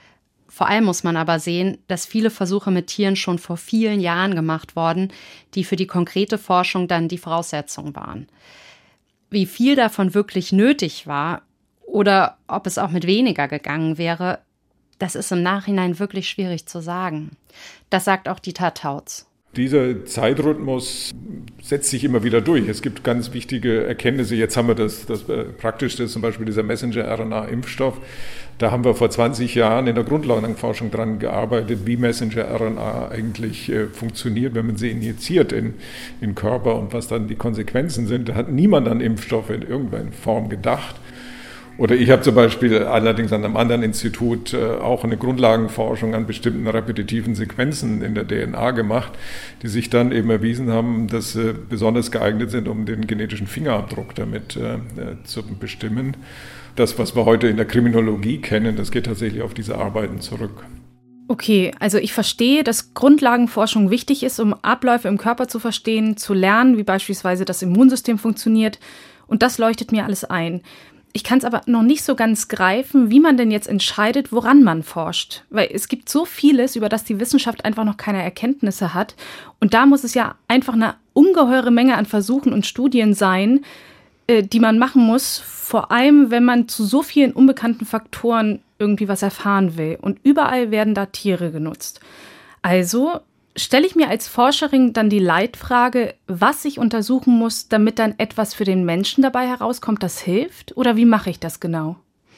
Vor allem muss man aber sehen, dass viele Versuche mit Tieren schon vor vielen Jahren gemacht wurden, die für die konkrete Forschung dann die Voraussetzung waren. Wie viel davon wirklich nötig war oder ob es auch mit weniger gegangen wäre, das ist im Nachhinein wirklich schwierig zu sagen. Das sagt auch Dieter Tautz. Dieser Zeitrhythmus setzt sich immer wieder durch. Es gibt ganz wichtige Erkenntnisse. Jetzt haben wir das Praktischste, zum Beispiel dieser Messenger-RNA-Impfstoff. Da haben wir vor 20 Jahren in der Grundlagenforschung dran gearbeitet, wie Messenger-RNA eigentlich funktioniert, wenn man sie injiziert in den Körper und was dann die Konsequenzen sind. Da hat niemand an Impfstoffe in irgendeiner Form gedacht. Oder ich habe zum Beispiel allerdings an einem anderen Institut auch eine Grundlagenforschung an bestimmten repetitiven Sequenzen in der DNA gemacht, die sich dann eben erwiesen haben, dass sie besonders geeignet sind, um den genetischen Fingerabdruck damit zu bestimmen. Das, was wir heute in der Kriminologie kennen, das geht tatsächlich auf diese Arbeiten zurück. Okay, also ich verstehe, dass Grundlagenforschung wichtig ist, um Abläufe im Körper zu verstehen, zu lernen, wie beispielsweise das Immunsystem funktioniert. Und das leuchtet mir alles ein. Ich kann es aber noch nicht so ganz greifen, wie man denn jetzt entscheidet, woran man forscht. Weil es gibt so vieles, über das die Wissenschaft einfach noch keine Erkenntnisse hat. Und da muss es ja einfach eine ungeheure Menge an Versuchen und Studien sein, die man machen muss, vor allem wenn man zu so vielen unbekannten Faktoren irgendwie was erfahren will. Und überall werden da Tiere genutzt. Also stelle ich mir als Forscherin dann die Leitfrage, was ich untersuchen muss, damit dann etwas für den Menschen dabei herauskommt, das hilft? Oder wie mache ich das genau?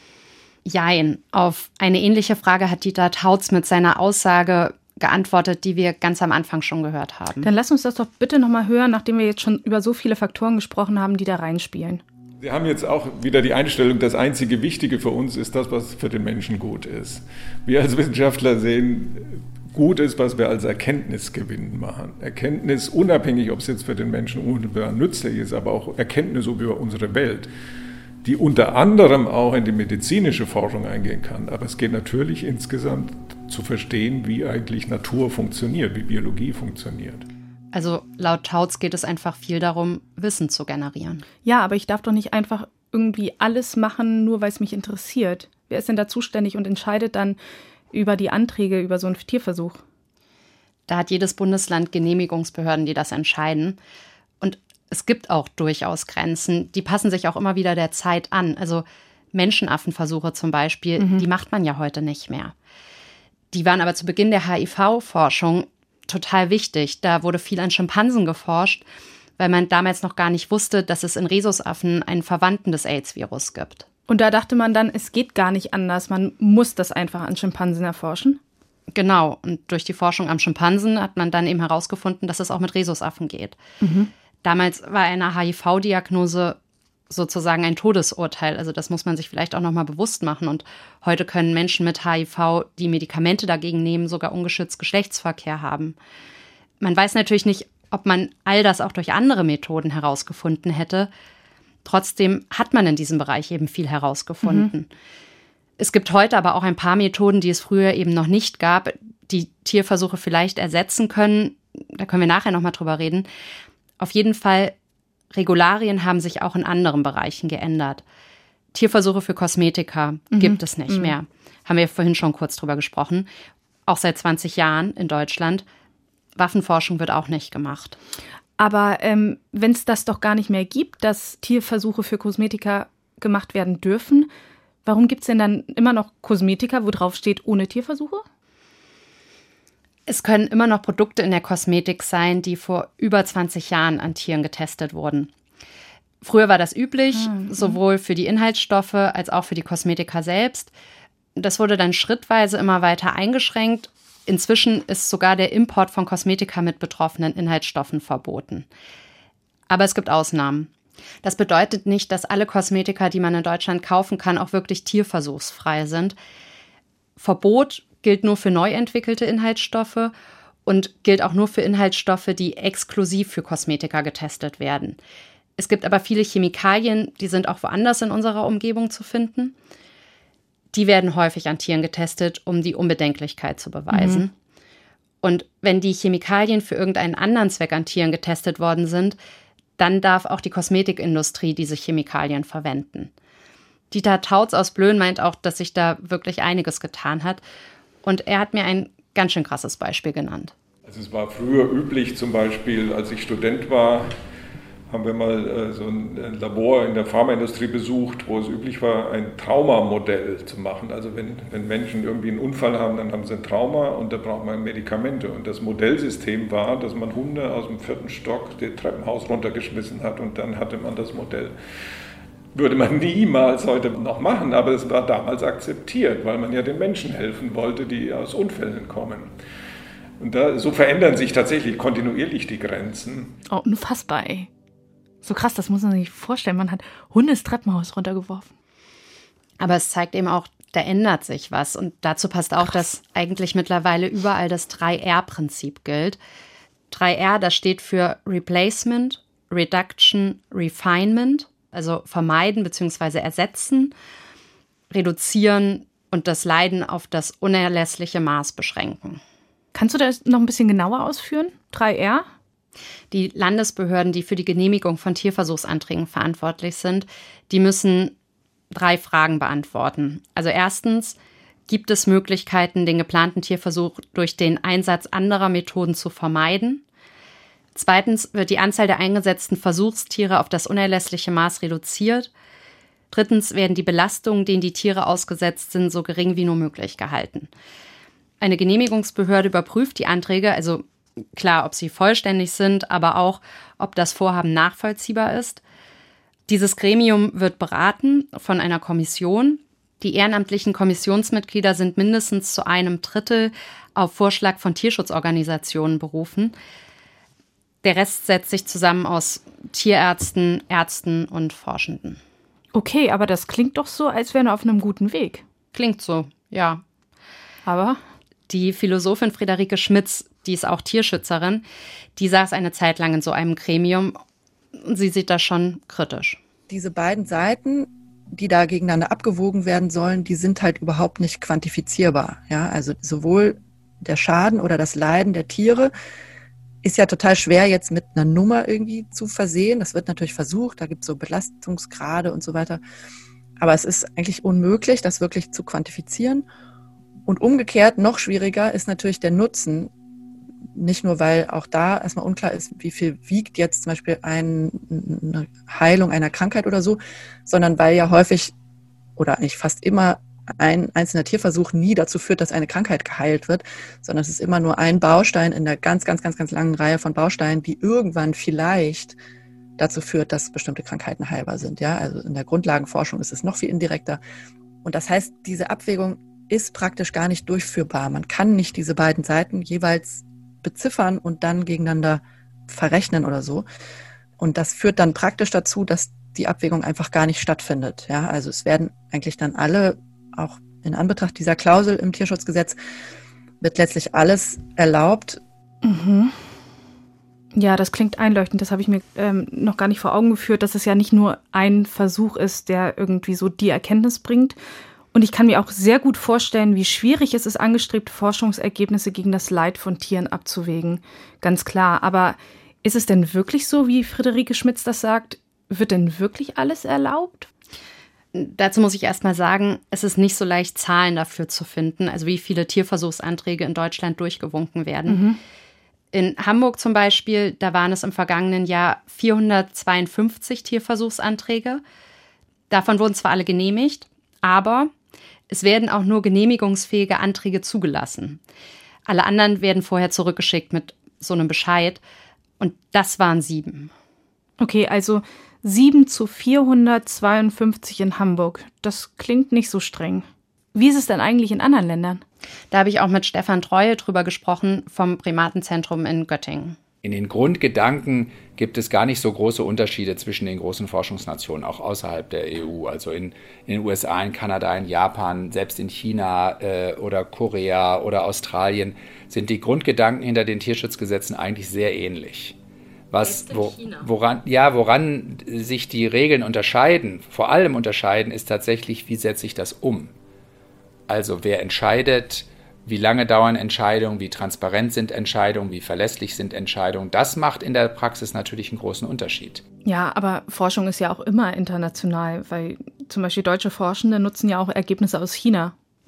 Jein. Auf eine ähnliche Frage hat Dieter Tautz mit seiner Aussage geantwortet, die wir ganz am Anfang schon gehört haben. Dann lass uns das doch bitte nochmal hören, nachdem wir jetzt schon über so viele Faktoren gesprochen haben, die da reinspielen. Sie haben jetzt auch wieder die Einstellung, das einzige Wichtige für uns ist das, was für den Menschen gut ist. Wir als Wissenschaftler sehen, gut ist, was wir als Erkenntnisgewinn machen. Erkenntnis, unabhängig, ob es jetzt für den Menschen unmittelbar nützlich ist, aber auch Erkenntnis über unsere Welt, die unter anderem auch in die medizinische Forschung eingehen kann. Aber es geht natürlich insgesamt zu verstehen, wie eigentlich Natur funktioniert, wie Biologie funktioniert. Also laut Tautz geht es einfach viel darum, Wissen zu generieren. Ja, aber ich darf doch nicht einfach irgendwie alles machen, nur weil es mich interessiert. Wer ist denn da zuständig und entscheidet dann über die Anträge, über so einen Tierversuch? Da hat jedes Bundesland Genehmigungsbehörden, die das entscheiden. Und es gibt auch durchaus Grenzen, die passen sich auch immer wieder der Zeit an. Also Menschenaffenversuche zum Beispiel, die macht man ja heute nicht mehr. Die waren aber zu Beginn der HIV-Forschung total wichtig. Da wurde viel an Schimpansen geforscht, weil man damals noch gar nicht wusste, dass es in Rhesusaffen einen Verwandten des AIDS-Virus gibt. Und da dachte man dann, es geht gar nicht anders, man muss das einfach an Schimpansen erforschen? Genau, und durch die Forschung am Schimpansen hat man dann eben herausgefunden, dass es auch mit Rhesusaffen geht. Damals war eine HIV-Diagnose sozusagen ein Todesurteil, also das muss man sich vielleicht auch nochmal bewusst machen. Und heute können Menschen mit HIV, die Medikamente dagegen nehmen, sogar ungeschützt Geschlechtsverkehr haben. Man weiß natürlich nicht, ob man all das auch durch andere Methoden herausgefunden hätte. Trotzdem hat man in diesem Bereich eben viel herausgefunden. Es gibt heute aber auch ein paar Methoden, die es früher eben noch nicht gab, die Tierversuche vielleicht ersetzen können. Da können wir nachher nochmal drüber reden. Auf jeden Fall, Regularien haben sich auch in anderen Bereichen geändert. Tierversuche für Kosmetika gibt es nicht mehr. Haben wir vorhin schon kurz drüber gesprochen. Auch seit 20 Jahren in Deutschland. Waffenforschung wird auch nicht gemacht. Aber wenn es das doch gar nicht mehr gibt, dass Tierversuche für Kosmetika gemacht werden dürfen, warum gibt es denn dann immer noch Kosmetika, wo drauf steht, ohne Tierversuche? Es können immer noch Produkte in der Kosmetik sein, die vor über 20 Jahren an Tieren getestet wurden. Früher war das üblich, sowohl für die Inhaltsstoffe als auch für die Kosmetika selbst. Das wurde dann schrittweise immer weiter eingeschränkt. Inzwischen ist sogar der Import von Kosmetika mit betroffenen Inhaltsstoffen verboten. Aber es gibt Ausnahmen. Das bedeutet nicht, dass alle Kosmetika, die man in Deutschland kaufen kann, auch wirklich tierversuchsfrei sind. Verbot gilt nur für neu entwickelte Inhaltsstoffe und gilt auch nur für Inhaltsstoffe, die exklusiv für Kosmetika getestet werden. Es gibt aber viele Chemikalien, die sind auch woanders in unserer Umgebung zu finden. Die werden häufig an Tieren getestet, um die Unbedenklichkeit zu beweisen. Und wenn die Chemikalien für irgendeinen anderen Zweck an Tieren getestet worden sind, dann darf auch die Kosmetikindustrie diese Chemikalien verwenden. Dieter Tautz aus Blöen meint auch, dass sich da wirklich einiges getan hat. Und er hat mir ein ganz schön krasses Beispiel genannt. Also es war früher üblich, zum Beispiel, als ich Student war, haben wir mal so ein Labor in der Pharmaindustrie besucht, wo es üblich war, ein Traumamodell zu machen. Also wenn Menschen irgendwie einen Unfall haben, dann haben sie ein Trauma und da braucht man Medikamente. Und das Modellsystem war, dass man Hunde aus dem 4. Stock das Treppenhaus runtergeschmissen hat und dann hatte man das Modell. Würde man niemals heute noch machen, aber es war damals akzeptiert, weil man ja den Menschen helfen wollte, die aus Unfällen kommen. Und so verändern sich tatsächlich kontinuierlich die Grenzen. Oh, unfassbar, ey. So krass, das muss man sich vorstellen. Man hat Hunde ins Treppenhaus runtergeworfen. Aber es zeigt eben auch, da ändert sich was. Und dazu passt auch, dass eigentlich mittlerweile überall das 3R-Prinzip gilt. 3R, das steht für Replacement, Reduction, Refinement. Also vermeiden bzw. ersetzen, reduzieren und das Leiden auf das unerlässliche Maß beschränken. Kannst du das noch ein bisschen genauer ausführen? 3R? Die Landesbehörden, die für die Genehmigung von Tierversuchsanträgen verantwortlich sind, die müssen 3 Fragen beantworten. Also erstens, gibt es Möglichkeiten, den geplanten Tierversuch durch den Einsatz anderer Methoden zu vermeiden? Zweitens, wird die Anzahl der eingesetzten Versuchstiere auf das unerlässliche Maß reduziert? Drittens, werden die Belastungen, denen die Tiere ausgesetzt sind, so gering wie nur möglich gehalten? Eine Genehmigungsbehörde überprüft die Anträge, also klar, ob sie vollständig sind, aber auch, ob das Vorhaben nachvollziehbar ist. Dieses Gremium wird beraten von einer Kommission. Die ehrenamtlichen Kommissionsmitglieder sind mindestens zu 1/3 auf Vorschlag von Tierschutzorganisationen berufen. Der Rest setzt sich zusammen aus Tierärzten, Ärzten und Forschenden. Okay, aber das klingt doch so, als wären wir auf einem guten Weg. Klingt so, ja. Aber die Philosophin Friederike Schmitz, die ist auch Tierschützerin, die saß eine Zeit lang in so einem Gremium und sie sieht das schon kritisch. Diese beiden Seiten, die da gegeneinander abgewogen werden sollen, die sind halt überhaupt nicht quantifizierbar. Ja, also sowohl der Schaden oder das Leiden der Tiere ist ja total schwer jetzt mit einer Nummer irgendwie zu versehen. Das wird natürlich versucht, da gibt es so Belastungsgrade und so weiter. Aber es ist eigentlich unmöglich, das wirklich zu quantifizieren. Und umgekehrt, noch schwieriger ist natürlich der Nutzen. Nicht nur, weil auch da erstmal unklar ist, wie viel wiegt jetzt zum Beispiel eine Heilung einer Krankheit oder so, sondern weil ja häufig oder eigentlich fast immer ein einzelner Tierversuch nie dazu führt, dass eine Krankheit geheilt wird, sondern es ist immer nur ein Baustein in der ganz langen Reihe von Bausteinen, die irgendwann vielleicht dazu führt, dass bestimmte Krankheiten heilbar sind. Ja, also in der Grundlagenforschung ist es noch viel indirekter. Und das heißt, diese Abwägung ist praktisch gar nicht durchführbar. Man kann nicht diese beiden Seiten jeweils beziffern und dann gegeneinander verrechnen oder so. Und das führt dann praktisch dazu, dass die Abwägung einfach gar nicht stattfindet. Ja, also es werden eigentlich dann alle, auch in Anbetracht dieser Klausel im Tierschutzgesetz, wird letztlich alles erlaubt. Mhm. Ja, das klingt einleuchtend. Das habe ich mir noch gar nicht vor Augen geführt, dass es ja nicht nur ein Versuch ist, der irgendwie so die Erkenntnis bringt. Und ich kann mir auch sehr gut vorstellen, wie schwierig es ist, angestrebte Forschungsergebnisse gegen das Leid von Tieren abzuwägen. Ganz klar. Aber ist es denn wirklich so, wie Friederike Schmitz das sagt? Wird denn wirklich alles erlaubt? Dazu muss ich erst mal sagen, es ist nicht so leicht, Zahlen dafür zu finden, also wie viele Tierversuchsanträge in Deutschland durchgewunken werden. Mhm. In Hamburg zum Beispiel, da waren es im vergangenen Jahr 452 Tierversuchsanträge. Davon wurden zwar alle genehmigt, aber es werden auch nur genehmigungsfähige Anträge zugelassen. Alle anderen werden vorher zurückgeschickt mit so einem Bescheid. Und das waren 7. Okay, also 7 zu 452 in Hamburg. Das klingt nicht so streng. Wie ist es denn eigentlich in anderen Ländern? Da habe ich auch mit Stefan Treue drüber gesprochen vom Primatenzentrum in Göttingen. In den Grundgedanken gibt es gar nicht so große Unterschiede zwischen den großen Forschungsnationen, auch außerhalb der EU. Also in den USA, in Kanada, in Japan, selbst in China oder Korea oder Australien sind die Grundgedanken hinter den Tierschutzgesetzen eigentlich sehr ähnlich. Woran sich die Regeln unterscheiden, vor allem unterscheiden, ist tatsächlich, wie setze ich das um? Also wer entscheidet, wie lange dauern Entscheidungen, wie transparent sind Entscheidungen, wie verlässlich sind Entscheidungen. Das macht in der Praxis natürlich einen großen Unterschied. Ja, aber Forschung ist ja auch immer international, weil zum Beispiel deutsche Forschende nutzen ja auch Ergebnisse aus China.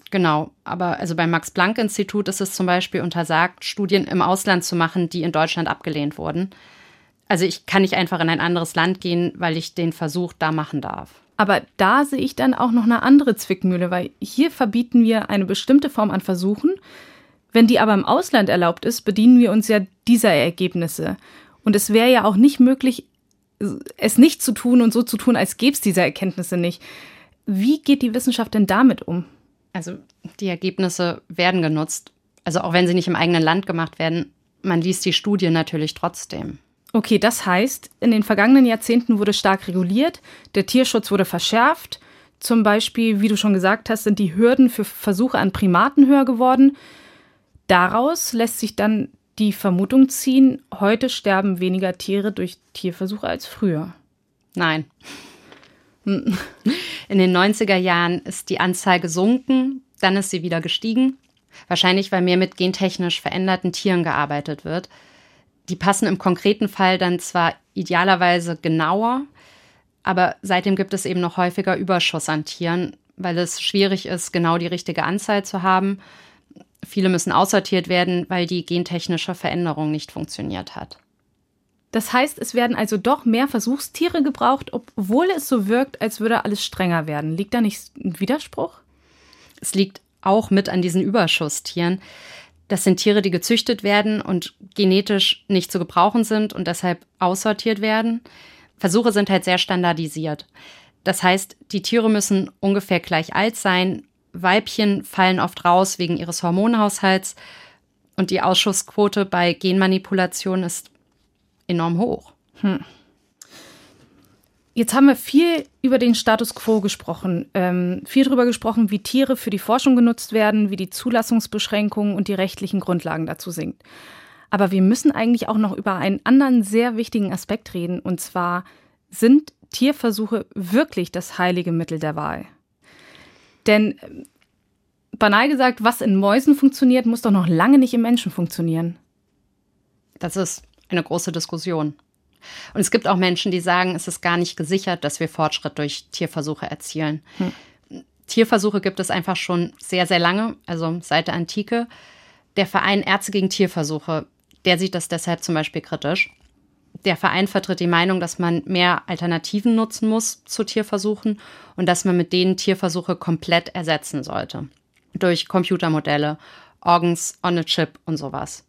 Genau, aber also beim Max-Planck-Institut ist es zum Beispiel untersagt, Studien im Ausland zu machen, die in Deutschland abgelehnt wurden. Also ich kann nicht einfach in ein anderes Land gehen, weil ich den Versuch da machen darf. Aber da sehe ich dann auch noch eine andere Zwickmühle, weil hier verbieten wir eine bestimmte Form an Versuchen. Wenn die aber im Ausland erlaubt ist, bedienen wir uns ja dieser Ergebnisse. Und es wäre ja auch nicht möglich, es nicht zu tun und so zu tun, als gäbe es diese Erkenntnisse nicht. Wie geht die Wissenschaft denn damit um? Also die Ergebnisse werden genutzt. Also auch wenn sie nicht im eigenen Land gemacht werden, man liest die Studie natürlich trotzdem. Okay, das heißt, in den vergangenen Jahrzehnten wurde stark reguliert, der Tierschutz wurde verschärft. Zum Beispiel, wie du schon gesagt hast, sind die Hürden für Versuche an Primaten höher geworden. Daraus lässt sich dann die Vermutung ziehen, heute sterben weniger Tiere durch Tierversuche als früher. Nein. In den 90er Jahren ist die Anzahl gesunken, dann ist sie wieder gestiegen. Wahrscheinlich, weil mehr mit gentechnisch veränderten Tieren gearbeitet wird. Die passen im konkreten Fall dann zwar idealerweise genauer, aber seitdem gibt es eben noch häufiger Überschuss an Tieren, weil es schwierig ist, genau die richtige Anzahl zu haben. Viele müssen aussortiert werden, weil die gentechnische Veränderung nicht funktioniert hat. Das heißt, es werden also doch mehr Versuchstiere gebraucht, obwohl es so wirkt, als würde alles strenger werden. Liegt da nicht ein Widerspruch? Es liegt auch mit an diesen Überschusstieren. Das sind Tiere, die gezüchtet werden und genetisch nicht zu gebrauchen sind und deshalb aussortiert werden. Versuche sind halt sehr standardisiert. Das heißt, die Tiere müssen ungefähr gleich alt sein. Weibchen fallen oft raus wegen ihres Hormonhaushalts. Und die Ausschussquote bei Genmanipulation ist enorm hoch. Jetzt haben wir viel über den Status quo gesprochen, viel darüber gesprochen, wie Tiere für die Forschung genutzt werden, wie die Zulassungsbeschränkungen und die rechtlichen Grundlagen dazu sind. Aber wir müssen eigentlich auch noch über einen anderen sehr wichtigen Aspekt reden, und zwar, sind Tierversuche wirklich das heilige Mittel der Wahl? Denn banal gesagt, was in Mäusen funktioniert, muss doch noch lange nicht im Menschen funktionieren. Das ist eine große Diskussion. Und es gibt auch Menschen, die sagen, es ist gar nicht gesichert, dass wir Fortschritt durch Tierversuche erzielen. Tierversuche gibt es einfach schon sehr, sehr lange, also seit der Antike. Der Verein Ärzte gegen Tierversuche, der sieht das deshalb zum Beispiel kritisch. Der Verein vertritt die Meinung, dass man mehr Alternativen nutzen muss zu Tierversuchen und dass man mit denen Tierversuche komplett ersetzen sollte. Durch Computermodelle, Organs on a Chip und sowas.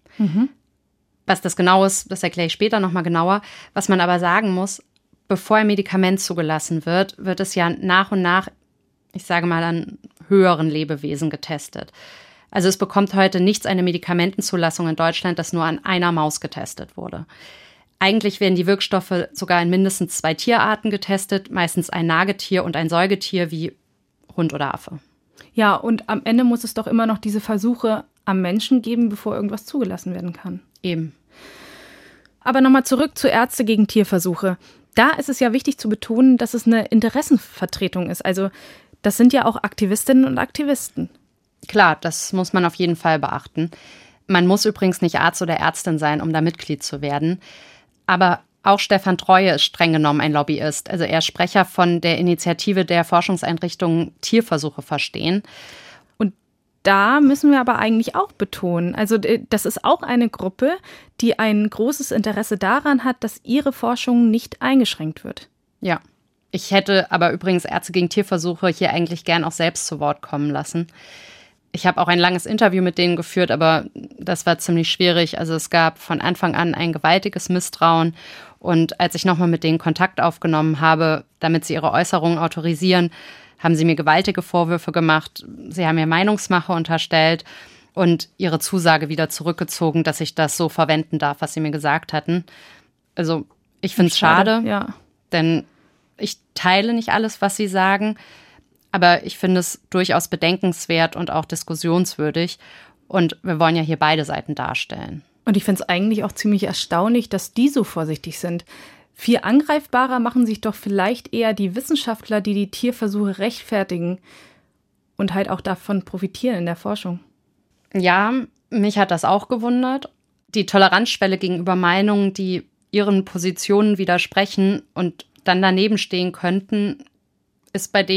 Was das genau ist, das erkläre ich später nochmal genauer. Was man aber sagen muss, bevor ein Medikament zugelassen wird, wird es ja nach und nach, ich sage mal, an höheren Lebewesen getestet. Also es bekommt heute nichts eine Medikamentenzulassung in Deutschland, das nur an einer Maus getestet wurde. Eigentlich werden die Wirkstoffe sogar in mindestens 2 Tierarten getestet, meistens ein Nagetier und ein Säugetier wie Hund oder Affe. Ja, und am Ende muss es doch immer noch diese Versuche am Menschen geben, bevor irgendwas zugelassen werden kann. Eben. Aber nochmal zurück zu Ärzte gegen Tierversuche. Da ist es ja wichtig zu betonen, dass es eine Interessenvertretung ist. Also das sind ja auch Aktivistinnen und Aktivisten. Klar, das muss man auf jeden Fall beachten. Man muss übrigens nicht Arzt oder Ärztin sein, um da Mitglied zu werden. Aber auch Stefan Treue ist streng genommen ein Lobbyist. Also er ist Sprecher von der Initiative der Forschungseinrichtungen Tierversuche verstehen. Und da müssen wir aber eigentlich auch betonen, also das ist auch eine Gruppe, die ein großes Interesse daran hat, dass ihre Forschung nicht eingeschränkt wird. Ja, ich hätte aber übrigens Ärzte gegen Tierversuche hier eigentlich gern auch selbst zu Wort kommen lassen. Ich habe auch ein langes Interview mit denen geführt, aber das war ziemlich schwierig. Also es gab von Anfang an ein gewaltiges Misstrauen. Und als ich nochmal mit denen Kontakt aufgenommen habe, damit sie ihre Äußerungen autorisieren, haben sie mir gewaltige Vorwürfe gemacht. Sie haben mir Meinungsmache unterstellt und ihre Zusage wieder zurückgezogen, dass ich das so verwenden darf, was sie mir gesagt hatten. Also ich finde es schade, ja. Denn ich teile nicht alles, was sie sagen. Aber ich finde es durchaus bedenkenswert und auch diskussionswürdig. Und wir wollen ja hier beide Seiten darstellen. Und ich finde es eigentlich auch ziemlich erstaunlich, dass die so vorsichtig sind. Viel angreifbarer machen sich doch vielleicht eher die Wissenschaftler, die die Tierversuche rechtfertigen und halt auch davon profitieren in der Forschung. Ja, mich hat das auch gewundert. Die Toleranzschwelle gegenüber Meinungen, die ihren Positionen widersprechen und dann daneben stehen könnten, ist bei denen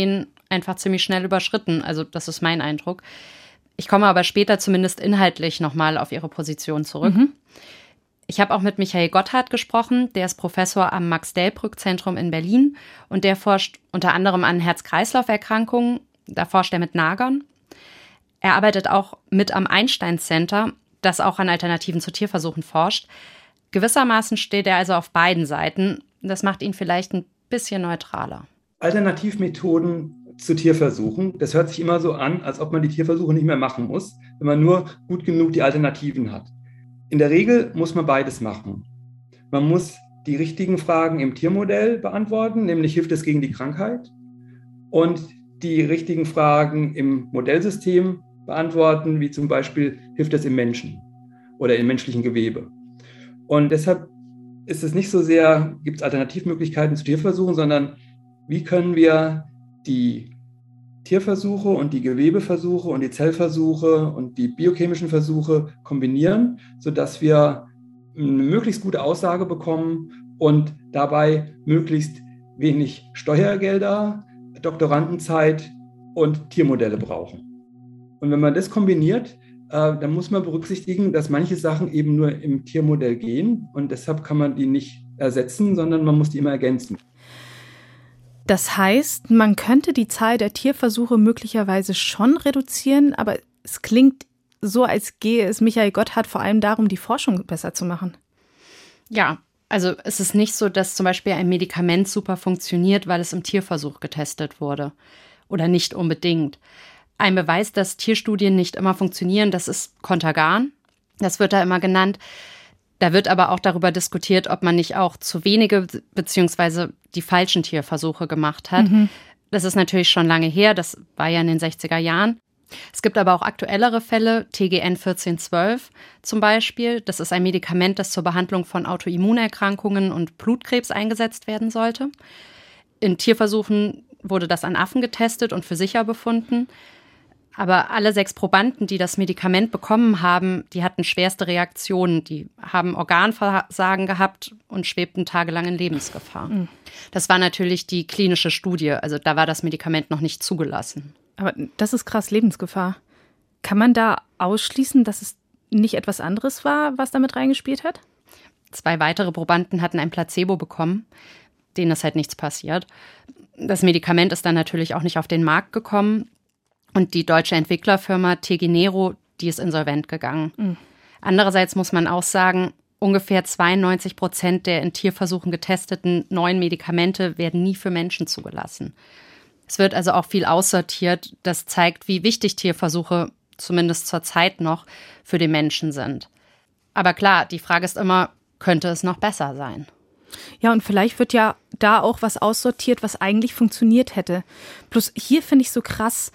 einfach ziemlich schnell überschritten. Also das ist mein Eindruck. Ich komme aber später zumindest inhaltlich nochmal auf ihre Position zurück. Ich habe auch mit Michael Gotthard gesprochen, der ist Professor am Max-Delbrück-Zentrum in Berlin und der forscht unter anderem an Herz-Kreislauf-Erkrankungen. Da forscht er mit Nagern. Er arbeitet auch mit am Einstein-Center, das auch an Alternativen zu Tierversuchen forscht. Gewissermaßen steht er also auf beiden Seiten. Das macht ihn vielleicht ein bisschen neutraler. Alternativmethoden zu Tierversuchen, das hört sich immer so an, als ob man die Tierversuche nicht mehr machen muss, wenn man nur gut genug die Alternativen hat. In der Regel muss man beides machen. Man muss die richtigen Fragen im Tiermodell beantworten, nämlich hilft es gegen die Krankheit, und die richtigen Fragen im Modellsystem beantworten, wie zum Beispiel, hilft es im Menschen oder im menschlichen Gewebe. Und deshalb ist es nicht so sehr, gibt es Alternativmöglichkeiten zu Tierversuchen, sondern wie können wir die Tierversuche und die Gewebeversuche und die Zellversuche und die biochemischen Versuche kombinieren, sodass wir eine möglichst gute Aussage bekommen und dabei möglichst wenig Steuergelder, Doktorandenzeit und Tiermodelle brauchen. Und wenn man das kombiniert, dann muss man berücksichtigen, dass manche Sachen eben nur im Tiermodell gehen und deshalb kann man die nicht ersetzen, sondern man muss die immer ergänzen. Das heißt, man könnte die Zahl der Tierversuche möglicherweise schon reduzieren, aber es klingt so, als gehe es Michael Gotthard vor allem darum, die Forschung besser zu machen. Ja, also es ist nicht so, dass zum Beispiel ein Medikament super funktioniert, weil es im Tierversuch getestet wurde. Oder nicht unbedingt. Ein Beweis, dass Tierstudien nicht immer funktionieren, das ist Contergan. Das wird da immer genannt. Da wird aber auch darüber diskutiert, ob man nicht auch zu wenige bzw. die falschen Tierversuche gemacht hat. Das ist natürlich schon lange her, das war ja in den 60er Jahren. Es gibt aber auch aktuellere Fälle, TGN 1412 zum Beispiel. Das ist ein Medikament, das zur Behandlung von Autoimmunerkrankungen und Blutkrebs eingesetzt werden sollte. In Tierversuchen wurde das an Affen getestet und für sicher befunden. Aber alle 6 Probanden, die das Medikament bekommen haben, die hatten schwerste Reaktionen. Die haben Organversagen gehabt und schwebten tagelang in Lebensgefahr. Das war natürlich die klinische Studie. Also da war das Medikament noch nicht zugelassen. Aber das ist krass, Lebensgefahr. Kann man da ausschließen, dass es nicht etwas anderes war, was damit reingespielt hat? 2 weitere Probanden hatten ein Placebo bekommen. Denen ist halt nichts passiert. Das Medikament ist dann natürlich auch nicht auf den Markt gekommen. Und die deutsche Entwicklerfirma Tegenero, die ist insolvent gegangen. Andererseits muss man auch sagen, ungefähr 92% der in Tierversuchen getesteten neuen Medikamente werden nie für Menschen zugelassen. Es wird also auch viel aussortiert. Das zeigt, wie wichtig Tierversuche, zumindest zur Zeit noch, für den Menschen sind. Aber klar, die Frage ist immer, könnte es noch besser sein? Ja, und vielleicht wird ja da auch was aussortiert, was eigentlich funktioniert hätte. Bloß hier finde ich so krass,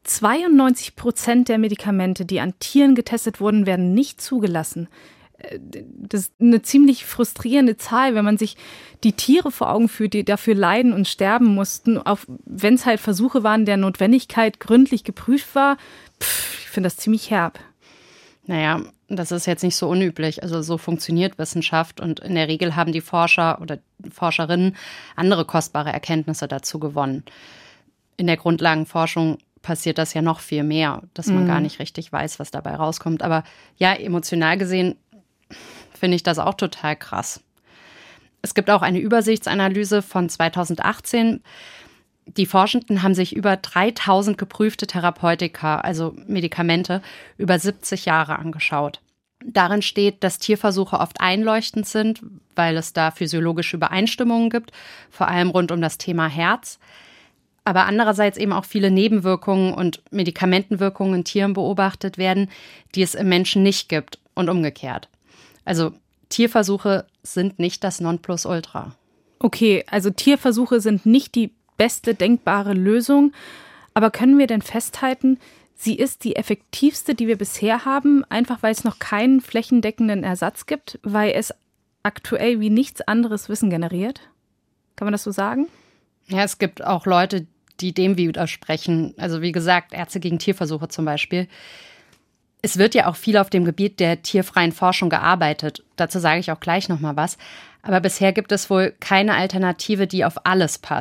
92% der Medikamente, die an Tieren getestet wurden, werden nicht zugelassen. Das ist eine ziemlich frustrierende Zahl, wenn man sich die Tiere vor Augen führt, die dafür leiden und sterben mussten, auch wenn es halt Versuche waren, der Notwendigkeit gründlich geprüft war. Ich finde das ziemlich herb. Naja, das ist jetzt nicht so unüblich. Also so funktioniert Wissenschaft und in der Regel haben die Forscher oder Forscherinnen andere kostbare Erkenntnisse dazu gewonnen. In der Grundlagenforschung passiert das ja noch viel mehr, dass man gar nicht richtig weiß, was dabei rauskommt. Aber ja, emotional gesehen finde ich das auch total krass. Es gibt auch eine Übersichtsanalyse von 2018. Die Forschenden haben sich über 3000 geprüfte Therapeutika, also Medikamente, über 70 Jahre angeschaut. Darin steht, dass Tierversuche oft einleuchtend sind, weil es da physiologische Übereinstimmungen gibt, vor allem rund um das Thema Herz. Aber andererseits eben auch viele Nebenwirkungen und Medikamentenwirkungen in Tieren beobachtet werden, die es im Menschen nicht gibt und umgekehrt. Also Tierversuche sind nicht das Nonplusultra. Okay, also Tierversuche sind nicht die beste denkbare Lösung. Aber können wir denn festhalten, sie ist die effektivste, die wir bisher haben, einfach weil es noch keinen flächendeckenden Ersatz gibt, weil es aktuell wie nichts anderes Wissen generiert? Kann man das so sagen? Ja, es gibt auch Leute, die dem widersprechen. Also wie gesagt, Ärzte gegen Tierversuche zum Beispiel. Es wird ja auch viel auf dem Gebiet der tierfreien Forschung gearbeitet. Dazu sage ich auch gleich noch mal was. Aber bisher gibt es wohl keine Alternative, die auf alles passt.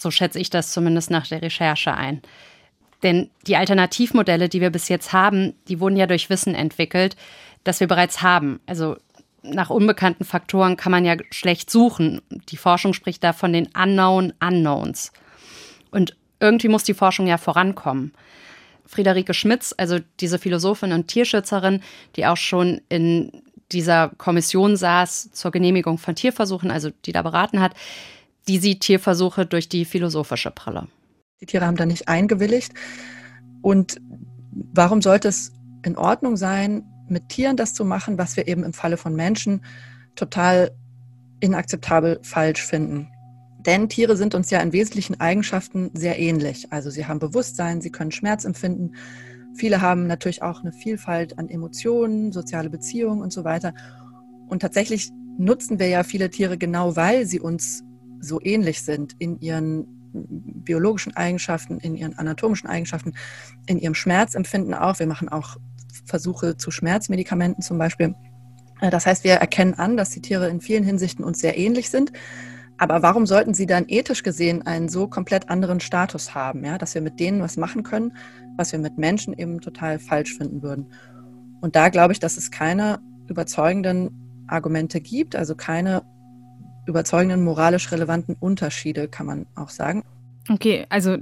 So schätze ich das zumindest nach der Recherche ein. Denn die Alternativmodelle, die wir bis jetzt haben, die wurden ja durch Wissen entwickelt, das wir bereits haben. Also nach unbekannten Faktoren kann man ja schlecht suchen. Die Forschung spricht da von den Unknown Unknowns. Und irgendwie muss die Forschung ja vorankommen. Friederike Schmitz, also diese Philosophin und Tierschützerin, die auch schon in dieser Kommission saß zur Genehmigung von Tierversuchen, also die da beraten hat, die sieht Tierversuche durch die philosophische Brille. Die Tiere haben da nicht eingewilligt. Und warum sollte es in Ordnung sein, mit Tieren das zu machen, was wir eben im Falle von Menschen total inakzeptabel falsch finden? Denn Tiere sind uns ja in wesentlichen Eigenschaften sehr ähnlich. Also sie haben Bewusstsein, sie können Schmerz empfinden. Viele haben natürlich auch eine Vielfalt an Emotionen, soziale Beziehungen und so weiter. Und tatsächlich nutzen wir ja viele Tiere genau, weil sie uns so ähnlich sind in ihren biologischen Eigenschaften, in ihren anatomischen Eigenschaften, in ihrem Schmerzempfinden auch. Wir machen auch Versuche zu Schmerzmedikamenten zum Beispiel. Das heißt, wir erkennen an, dass die Tiere in vielen Hinsichten uns sehr ähnlich sind. Aber warum sollten sie dann ethisch gesehen einen so komplett anderen Status haben, ja? Dass wir mit denen was machen können, was wir mit Menschen eben total falsch finden würden? Und da glaube ich, dass es keine überzeugenden Argumente gibt, also keine überzeugenden moralisch relevanten Unterschiede, kann man auch sagen. Okay, also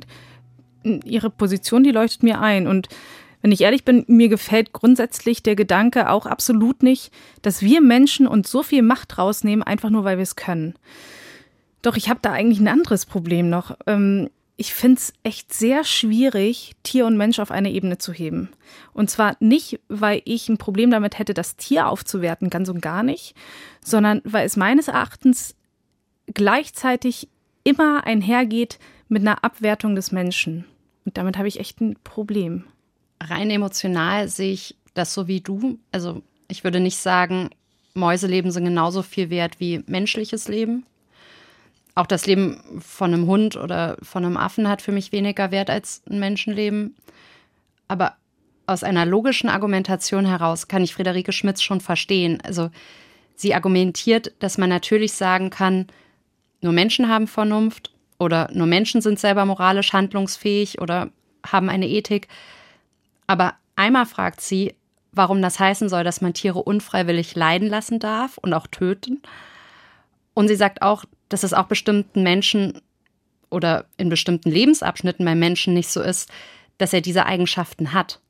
Ihre Position, die leuchtet mir ein. Und wenn ich ehrlich bin, mir gefällt grundsätzlich der Gedanke auch absolut nicht, dass wir Menschen uns so viel Macht rausnehmen, einfach nur, weil wir es können. Doch ich habe da eigentlich ein anderes Problem noch. Ich finde es echt sehr schwierig, Tier und Mensch auf eine Ebene zu heben. Und zwar nicht, weil ich ein Problem damit hätte, das Tier aufzuwerten, ganz und gar nicht, sondern weil es meines Erachtens gleichzeitig immer einhergeht mit einer Abwertung des Menschen. Und damit habe ich echt ein Problem. Rein emotional sehe ich das so wie du. Also ich würde nicht sagen, Mäuseleben sind genauso viel wert wie menschliches Leben. Auch das Leben von einem Hund oder von einem Affen hat für mich weniger Wert als ein Menschenleben. Aber aus einer logischen Argumentation heraus kann ich Friederike Schmitz schon verstehen. Also sie argumentiert, dass man natürlich sagen kann, nur Menschen haben Vernunft oder nur Menschen sind selber moralisch handlungsfähig oder haben eine Ethik. Aber einmal fragt sie, warum das heißen soll, dass man Tiere unfreiwillig leiden lassen darf und auch töten. Und sie sagt auch, dass es auch bestimmten Menschen oder in bestimmten Lebensabschnitten beim Menschen nicht so ist, dass er diese Eigenschaften hat.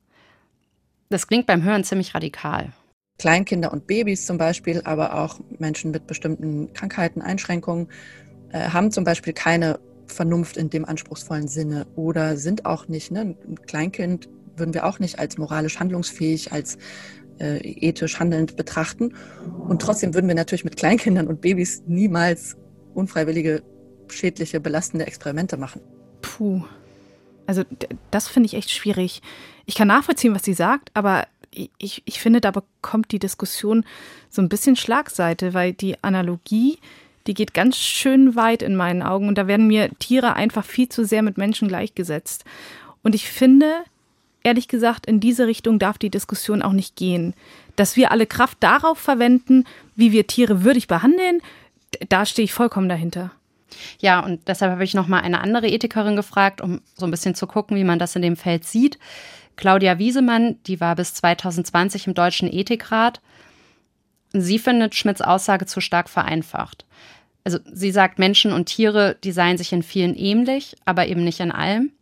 Das klingt beim Hören ziemlich radikal. Kleinkinder und Babys zum Beispiel, aber auch Menschen mit bestimmten Krankheiten, Einschränkungen, haben zum Beispiel keine Vernunft in dem anspruchsvollen Sinne oder sind auch nicht, ne? Ein Kleinkind würden wir auch nicht als moralisch handlungsfähig, als ethisch handelnd betrachten. Und trotzdem würden wir natürlich mit Kleinkindern und Babys niemals unfreiwillige, schädliche, belastende Experimente machen. Puh, also das finde ich echt schwierig. Ich kann nachvollziehen, was sie sagt, aber ich finde, da bekommt die Diskussion so ein bisschen Schlagseite, weil die Analogie, die geht ganz schön weit in meinen Augen und da werden mir Tiere einfach viel zu sehr mit Menschen gleichgesetzt. Und ich finde, ehrlich gesagt, in diese Richtung darf die Diskussion auch nicht gehen. Dass wir alle Kraft darauf verwenden, wie wir Tiere würdig behandeln, da stehe ich vollkommen dahinter. Ja, und deshalb habe ich noch mal eine andere Ethikerin gefragt, um so ein bisschen zu gucken, wie man das in dem Feld sieht. Claudia Wiesemann, die war bis 2020 im Deutschen Ethikrat. Sie findet Schmitz' Aussage zu stark vereinfacht. Also sie sagt, Menschen und Tiere, die seien sich in vielen ähnlich, aber eben nicht in allem.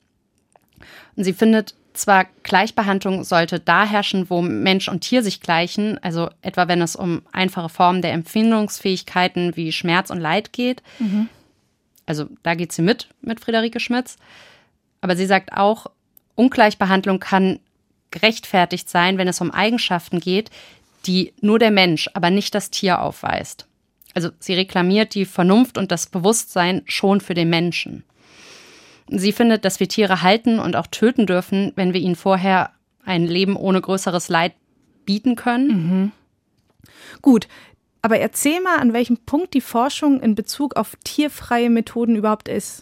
Und sie findet zwar, Gleichbehandlung sollte da herrschen, wo Mensch und Tier sich gleichen, also etwa wenn es um einfache Formen der Empfindungsfähigkeiten wie Schmerz und Leid geht. Mhm. Also da geht sie mit Friederike Schmitz. Aber sie sagt auch, Ungleichbehandlung kann gerechtfertigt sein, wenn es um Eigenschaften geht, die nur der Mensch, aber nicht das Tier aufweist. Also sie reklamiert die Vernunft und das Bewusstsein schon für den Menschen. Sie findet, dass wir Tiere halten und auch töten dürfen, wenn wir ihnen vorher ein Leben ohne größeres Leid bieten können. Mhm. Gut, aber erzähl mal, an welchem Punkt die Forschung in Bezug auf tierfreie Methoden überhaupt ist.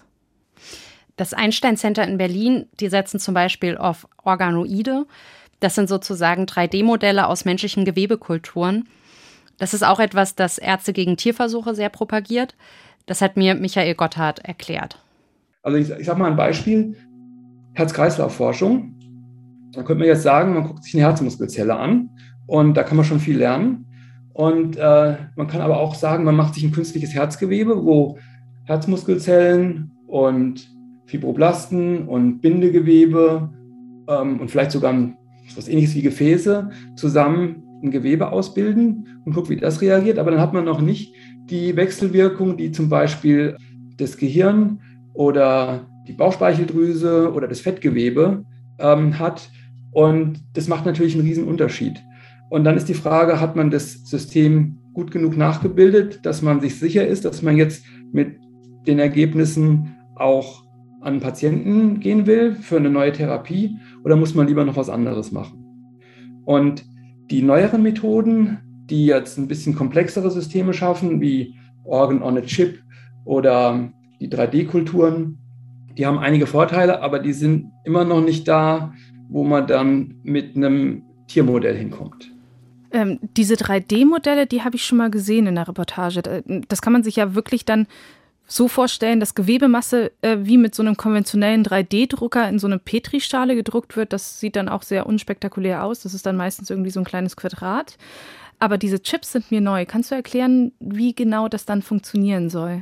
Das Einstein Center in Berlin, die setzen zum Beispiel auf Organoide. Das sind sozusagen 3D-Modelle aus menschlichen Gewebekulturen. Das ist auch etwas, das Ärzte gegen Tierversuche sehr propagiert. Das hat mir Michael Gotthard erklärt. Also ich sage mal ein Beispiel, Herz-Kreislauf-Forschung. Da könnte man jetzt sagen, man guckt sich eine Herzmuskelzelle an und da kann man schon viel lernen. Und man kann aber auch sagen, man macht sich ein künstliches Herzgewebe, wo Herzmuskelzellen und Fibroblasten und Bindegewebe und vielleicht sogar was Ähnliches wie Gefäße zusammen ein Gewebe ausbilden und guckt, wie das reagiert. Aber dann hat man noch nicht die Wechselwirkung, die zum Beispiel das Gehirn oder die Bauchspeicheldrüse oder das Fettgewebe hat. Und das macht natürlich einen riesen Unterschied. Und dann ist die Frage, hat man das System gut genug nachgebildet, dass man sich sicher ist, dass man jetzt mit den Ergebnissen auch an Patienten gehen will für eine neue Therapie, oder muss man lieber noch was anderes machen? Und die neueren Methoden, die jetzt ein bisschen komplexere Systeme schaffen, wie Organ on a Chip oder die 3D-Kulturen, die haben einige Vorteile, aber die sind immer noch nicht da, wo man dann mit einem Tiermodell hinkommt. Diese 3D-Modelle, die habe ich schon mal gesehen in der Reportage. Das kann man sich ja wirklich dann so vorstellen, dass Gewebemasse wie mit so einem konventionellen 3D-Drucker in so eine Petrischale gedruckt wird. Das sieht dann auch sehr unspektakulär aus. Das ist dann meistens irgendwie so ein kleines Quadrat. Aber diese Chips sind mir neu. Kannst du erklären, wie genau das dann funktionieren soll?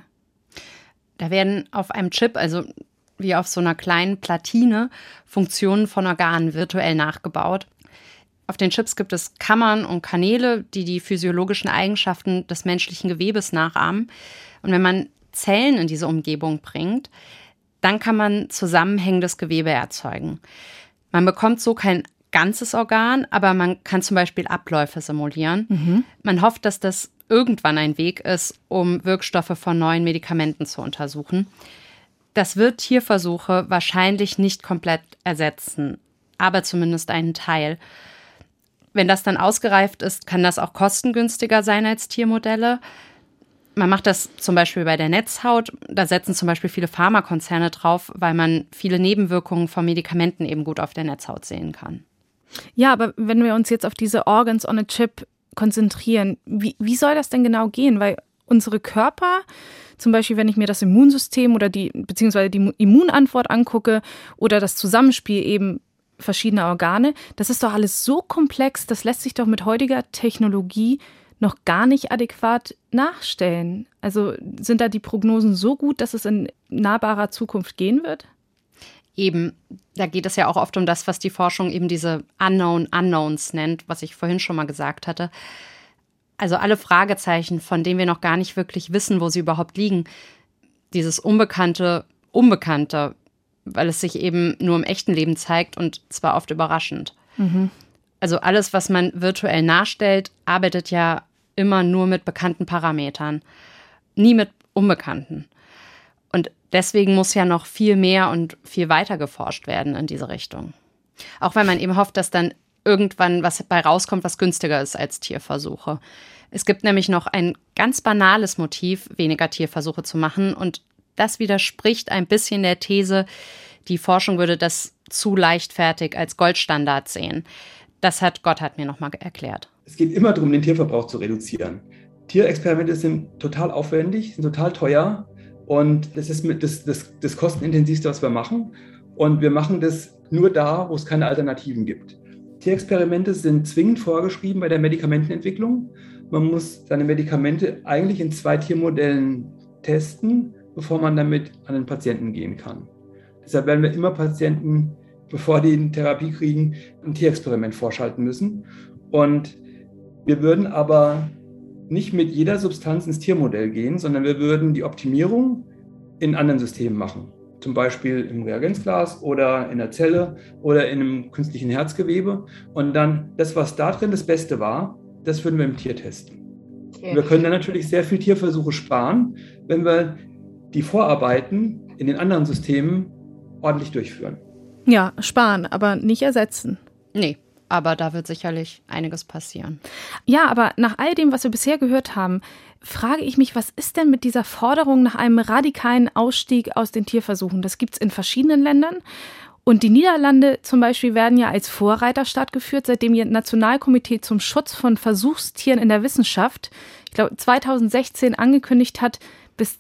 Da werden auf einem Chip, also wie auf so einer kleinen Platine, Funktionen von Organen virtuell nachgebaut. Auf den Chips gibt es Kammern und Kanäle, die die physiologischen Eigenschaften des menschlichen Gewebes nachahmen. Und wenn man Zellen in diese Umgebung bringt, dann kann man zusammenhängendes Gewebe erzeugen. Man bekommt so kein ganzes Organ, aber man kann zum Beispiel Abläufe simulieren. Man hofft, dass das irgendwann ein Weg ist, um Wirkstoffe von neuen Medikamenten zu untersuchen. Das wird Tierversuche wahrscheinlich nicht komplett ersetzen, aber zumindest einen Teil. Wenn das dann ausgereift ist, kann das auch kostengünstiger sein als Tiermodelle. Man macht das zum Beispiel bei der Netzhaut. Da setzen zum Beispiel viele Pharmakonzerne drauf, weil man viele Nebenwirkungen von Medikamenten eben gut auf der Netzhaut sehen kann. Ja, aber wenn wir uns jetzt auf diese Organs on a Chip konzentrieren, wie soll das denn genau gehen? Weil unsere Körper, zum Beispiel wenn ich mir das Immunsystem oder beziehungsweise die Immunantwort angucke oder das Zusammenspiel eben verschiedener Organe, das ist doch alles so komplex, das lässt sich doch mit heutiger Technologie noch gar nicht adäquat nachstellen. Also sind da die Prognosen so gut, dass es in nahbarer Zukunft gehen wird? Eben, da geht es ja auch oft um das, was die Forschung eben diese Unknown Unknowns nennt, was ich vorhin schon mal gesagt hatte. Also alle Fragezeichen, von denen wir noch gar nicht wirklich wissen, wo sie überhaupt liegen. Dieses Unbekannte, weil es sich eben nur im echten Leben zeigt und zwar oft überraschend. Also alles, was man virtuell nachstellt, arbeitet ja immer nur mit bekannten Parametern, nie mit unbekannten. Und deswegen muss ja noch viel mehr und viel weiter geforscht werden in diese Richtung. Auch weil man eben hofft, dass dann irgendwann was bei rauskommt, was günstiger ist als Tierversuche. Es gibt nämlich noch ein ganz banales Motiv, weniger Tierversuche zu machen. Und das widerspricht ein bisschen der These, die Forschung würde das zu leichtfertig als Goldstandard sehen. Das hat Gotthard mir nochmal erklärt. Es geht immer darum, den Tierverbrauch zu reduzieren. Tierexperimente sind total aufwendig, sind total teuer und das ist das kostenintensivste, was wir machen. Und wir machen das nur da, wo es keine Alternativen gibt. Tierexperimente sind zwingend vorgeschrieben bei der Medikamentenentwicklung. Man muss seine Medikamente eigentlich in 2 Tiermodellen testen, bevor man damit an den Patienten gehen kann. Deshalb werden wir immer Patienten, bevor die eine Therapie kriegen, ein Tierexperiment vorschalten müssen. Und wir würden aber nicht mit jeder Substanz ins Tiermodell gehen, sondern wir würden die Optimierung in anderen Systemen machen. Zum Beispiel im Reagenzglas oder in der Zelle oder in einem künstlichen Herzgewebe. Und dann das, was da drin das Beste war, das würden wir im Tier testen. Okay. Wir können dann natürlich sehr viel Tierversuche sparen, wenn wir die Vorarbeiten in den anderen Systemen ordentlich durchführen. Ja, sparen, aber nicht ersetzen. Nee, aber da wird sicherlich einiges passieren. Ja, aber nach all dem, was wir bisher gehört haben, frage ich mich, was ist denn mit dieser Forderung nach einem radikalen Ausstieg aus den Tierversuchen? Das gibt es in verschiedenen Ländern. Und die Niederlande zum Beispiel werden ja als Vorreiterstaat geführt, seitdem ihr Nationalkomitee zum Schutz von Versuchstieren in der Wissenschaft, ich glaube 2016 angekündigt hat, bis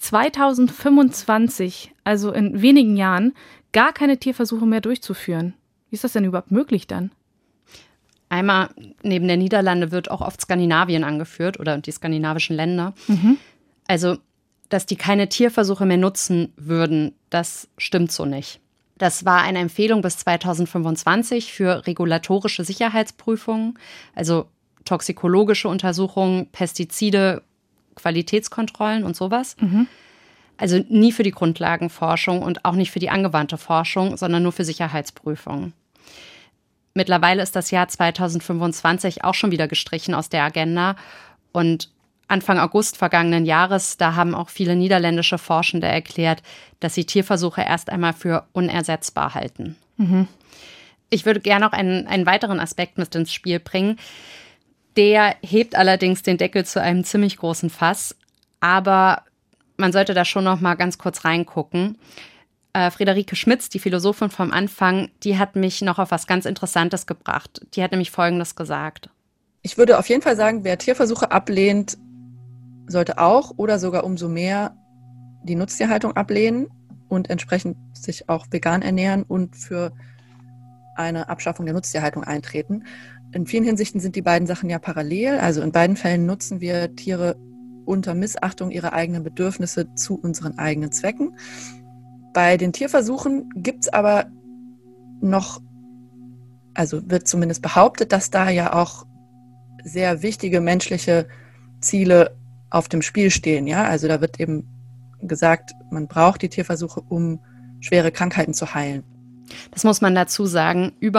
2025, also in wenigen Jahren, gar keine Tierversuche mehr durchzuführen. Wie ist das denn überhaupt möglich dann? Einmal neben der Niederlande wird auch oft Skandinavien angeführt oder die skandinavischen Länder. Also, dass die keine Tierversuche mehr nutzen würden, das stimmt so nicht. Das war eine Empfehlung bis 2025 für regulatorische Sicherheitsprüfungen, also toxikologische Untersuchungen, Pestizide, Qualitätskontrollen und sowas. Also nie für die Grundlagenforschung und auch nicht für die angewandte Forschung, sondern nur für Sicherheitsprüfungen. Mittlerweile ist das Jahr 2025 auch schon wieder gestrichen aus der Agenda. Und Anfang August vergangenen Jahres, da haben auch viele niederländische Forschende erklärt, dass sie Tierversuche erst einmal für unersetzbar halten. Ich würde gerne noch einen weiteren Aspekt mit ins Spiel bringen. Der hebt allerdings den Deckel zu einem ziemlich großen Fass. Aber man sollte da schon noch mal ganz kurz reingucken. Friederike Schmitz, die Philosophin vom Anfang, die hat mich noch auf was ganz Interessantes gebracht. Die hat nämlich Folgendes gesagt. Ich würde auf jeden Fall sagen, wer Tierversuche ablehnt, sollte auch oder sogar umso mehr die Nutztierhaltung ablehnen und entsprechend sich auch vegan ernähren und für eine Abschaffung der Nutztierhaltung eintreten. In vielen Hinsichten sind die beiden Sachen ja parallel. Also in beiden Fällen nutzen wir Tiere unter Missachtung ihrer eigenen Bedürfnisse zu unseren eigenen Zwecken. Bei den Tierversuchen gibt es aber noch, also wird zumindest behauptet, dass da ja auch sehr wichtige menschliche Ziele auf dem Spiel stehen. Ja? Also da wird eben gesagt, man braucht die Tierversuche, um schwere Krankheiten zu heilen. Das muss man dazu sagen, über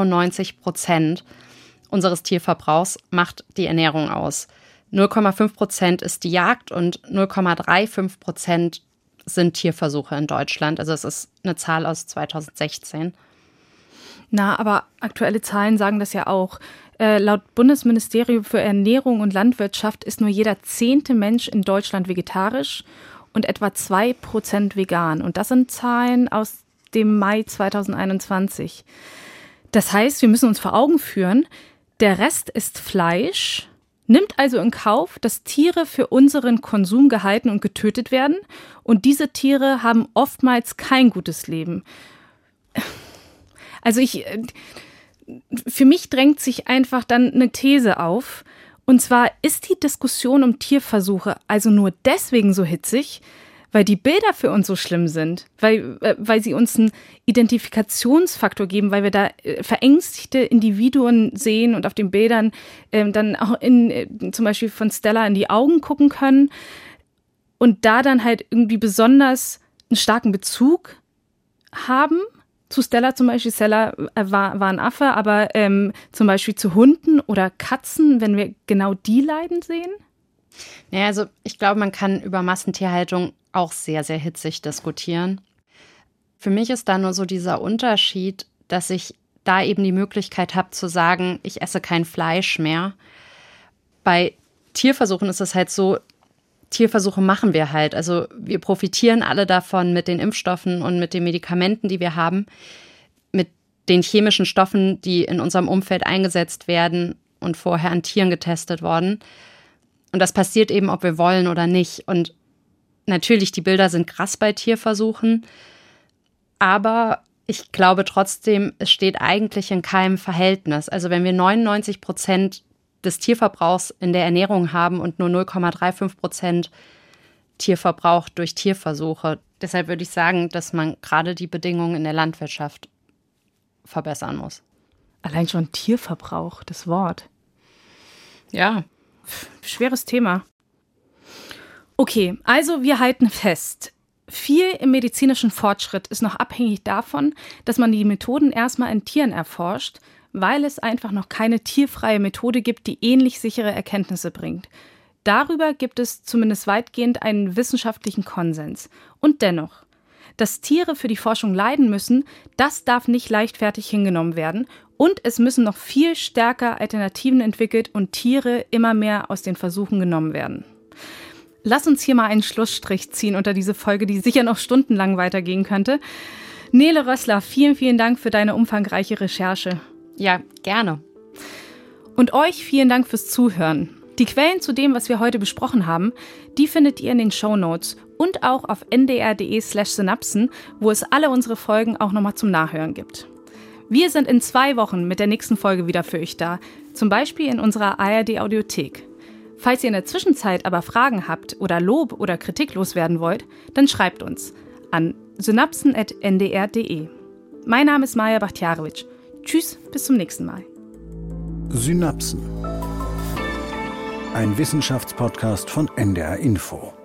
99% unseres Tierverbrauchs macht die Ernährung aus. 0,5% ist die Jagd und 0,35% sind Tierversuche in Deutschland. Also es ist eine Zahl aus 2016. Na, aber aktuelle Zahlen sagen das ja auch. Laut Bundesministerium für Ernährung und Landwirtschaft ist nur jeder 10. Mensch in Deutschland vegetarisch und etwa 2% vegan. Und das sind Zahlen aus dem Mai 2021. Das heißt, wir müssen uns vor Augen führen, der Rest ist Fleisch, nimmt also in Kauf, dass Tiere für unseren Konsum gehalten und getötet werden. Und diese Tiere haben oftmals kein gutes Leben. Also für mich drängt sich einfach dann eine These auf. Und zwar ist die Diskussion um Tierversuche also nur deswegen so hitzig, weil die Bilder für uns so schlimm sind, weil sie uns einen Identifikationsfaktor geben, weil wir da verängstigte Individuen sehen und auf den Bildern dann auch zum Beispiel von Stella in die Augen gucken können und da dann halt irgendwie besonders einen starken Bezug haben. Zu Stella zum Beispiel, Stella war ein Affe, aber zum Beispiel zu Hunden oder Katzen, wenn wir genau die leiden sehen? Ja, also ich glaube, man kann über Massentierhaltung auch sehr, sehr hitzig diskutieren. Für mich ist da nur so dieser Unterschied, dass ich da eben die Möglichkeit habe zu sagen, ich esse kein Fleisch mehr. Bei Tierversuchen ist es halt so, Tierversuche machen wir halt. Also wir profitieren alle davon mit den Impfstoffen und mit den Medikamenten, die wir haben, mit den chemischen Stoffen, die in unserem Umfeld eingesetzt werden und vorher an Tieren getestet worden. Und das passiert eben, ob wir wollen oder nicht. Und natürlich, die Bilder sind krass bei Tierversuchen, aber ich glaube trotzdem, es steht eigentlich in keinem Verhältnis. Also wenn wir 99% des Tierverbrauchs in der Ernährung haben und nur 0,35% Tierverbrauch durch Tierversuche. Deshalb würde ich sagen, dass man gerade die Bedingungen in der Landwirtschaft verbessern muss. Allein schon Tierverbrauch, das Wort. Ja. Schweres Thema. Okay, also wir halten fest. Viel im medizinischen Fortschritt ist noch abhängig davon, dass man die Methoden erstmal in Tieren erforscht, weil es einfach noch keine tierfreie Methode gibt, die ähnlich sichere Erkenntnisse bringt. Darüber gibt es zumindest weitgehend einen wissenschaftlichen Konsens. Und dennoch, dass Tiere für die Forschung leiden müssen, das darf nicht leichtfertig hingenommen werden. Und es müssen noch viel stärker Alternativen entwickelt und Tiere immer mehr aus den Versuchen genommen werden. Lass uns hier mal einen Schlussstrich ziehen unter diese Folge, die sicher noch stundenlang weitergehen könnte. Nele Rössler, vielen, vielen Dank für deine umfangreiche Recherche. Ja, gerne. Und euch vielen Dank fürs Zuhören. Die Quellen zu dem, was wir heute besprochen haben, die findet ihr in den Shownotes und auch auf ndr.de/synapsen, wo es alle unsere Folgen auch nochmal zum Nachhören gibt. Wir sind in 2 Wochen mit der nächsten Folge wieder für euch da, zum Beispiel in unserer ARD-Audiothek. Falls ihr in der Zwischenzeit aber Fragen habt oder Lob oder Kritik loswerden wollt, dann schreibt uns an synapsen@ndr.de. Mein Name ist Maja Bachtjarewitsch. Tschüss, bis zum nächsten Mal. Synapsen. Ein Wissenschaftspodcast von NDR Info.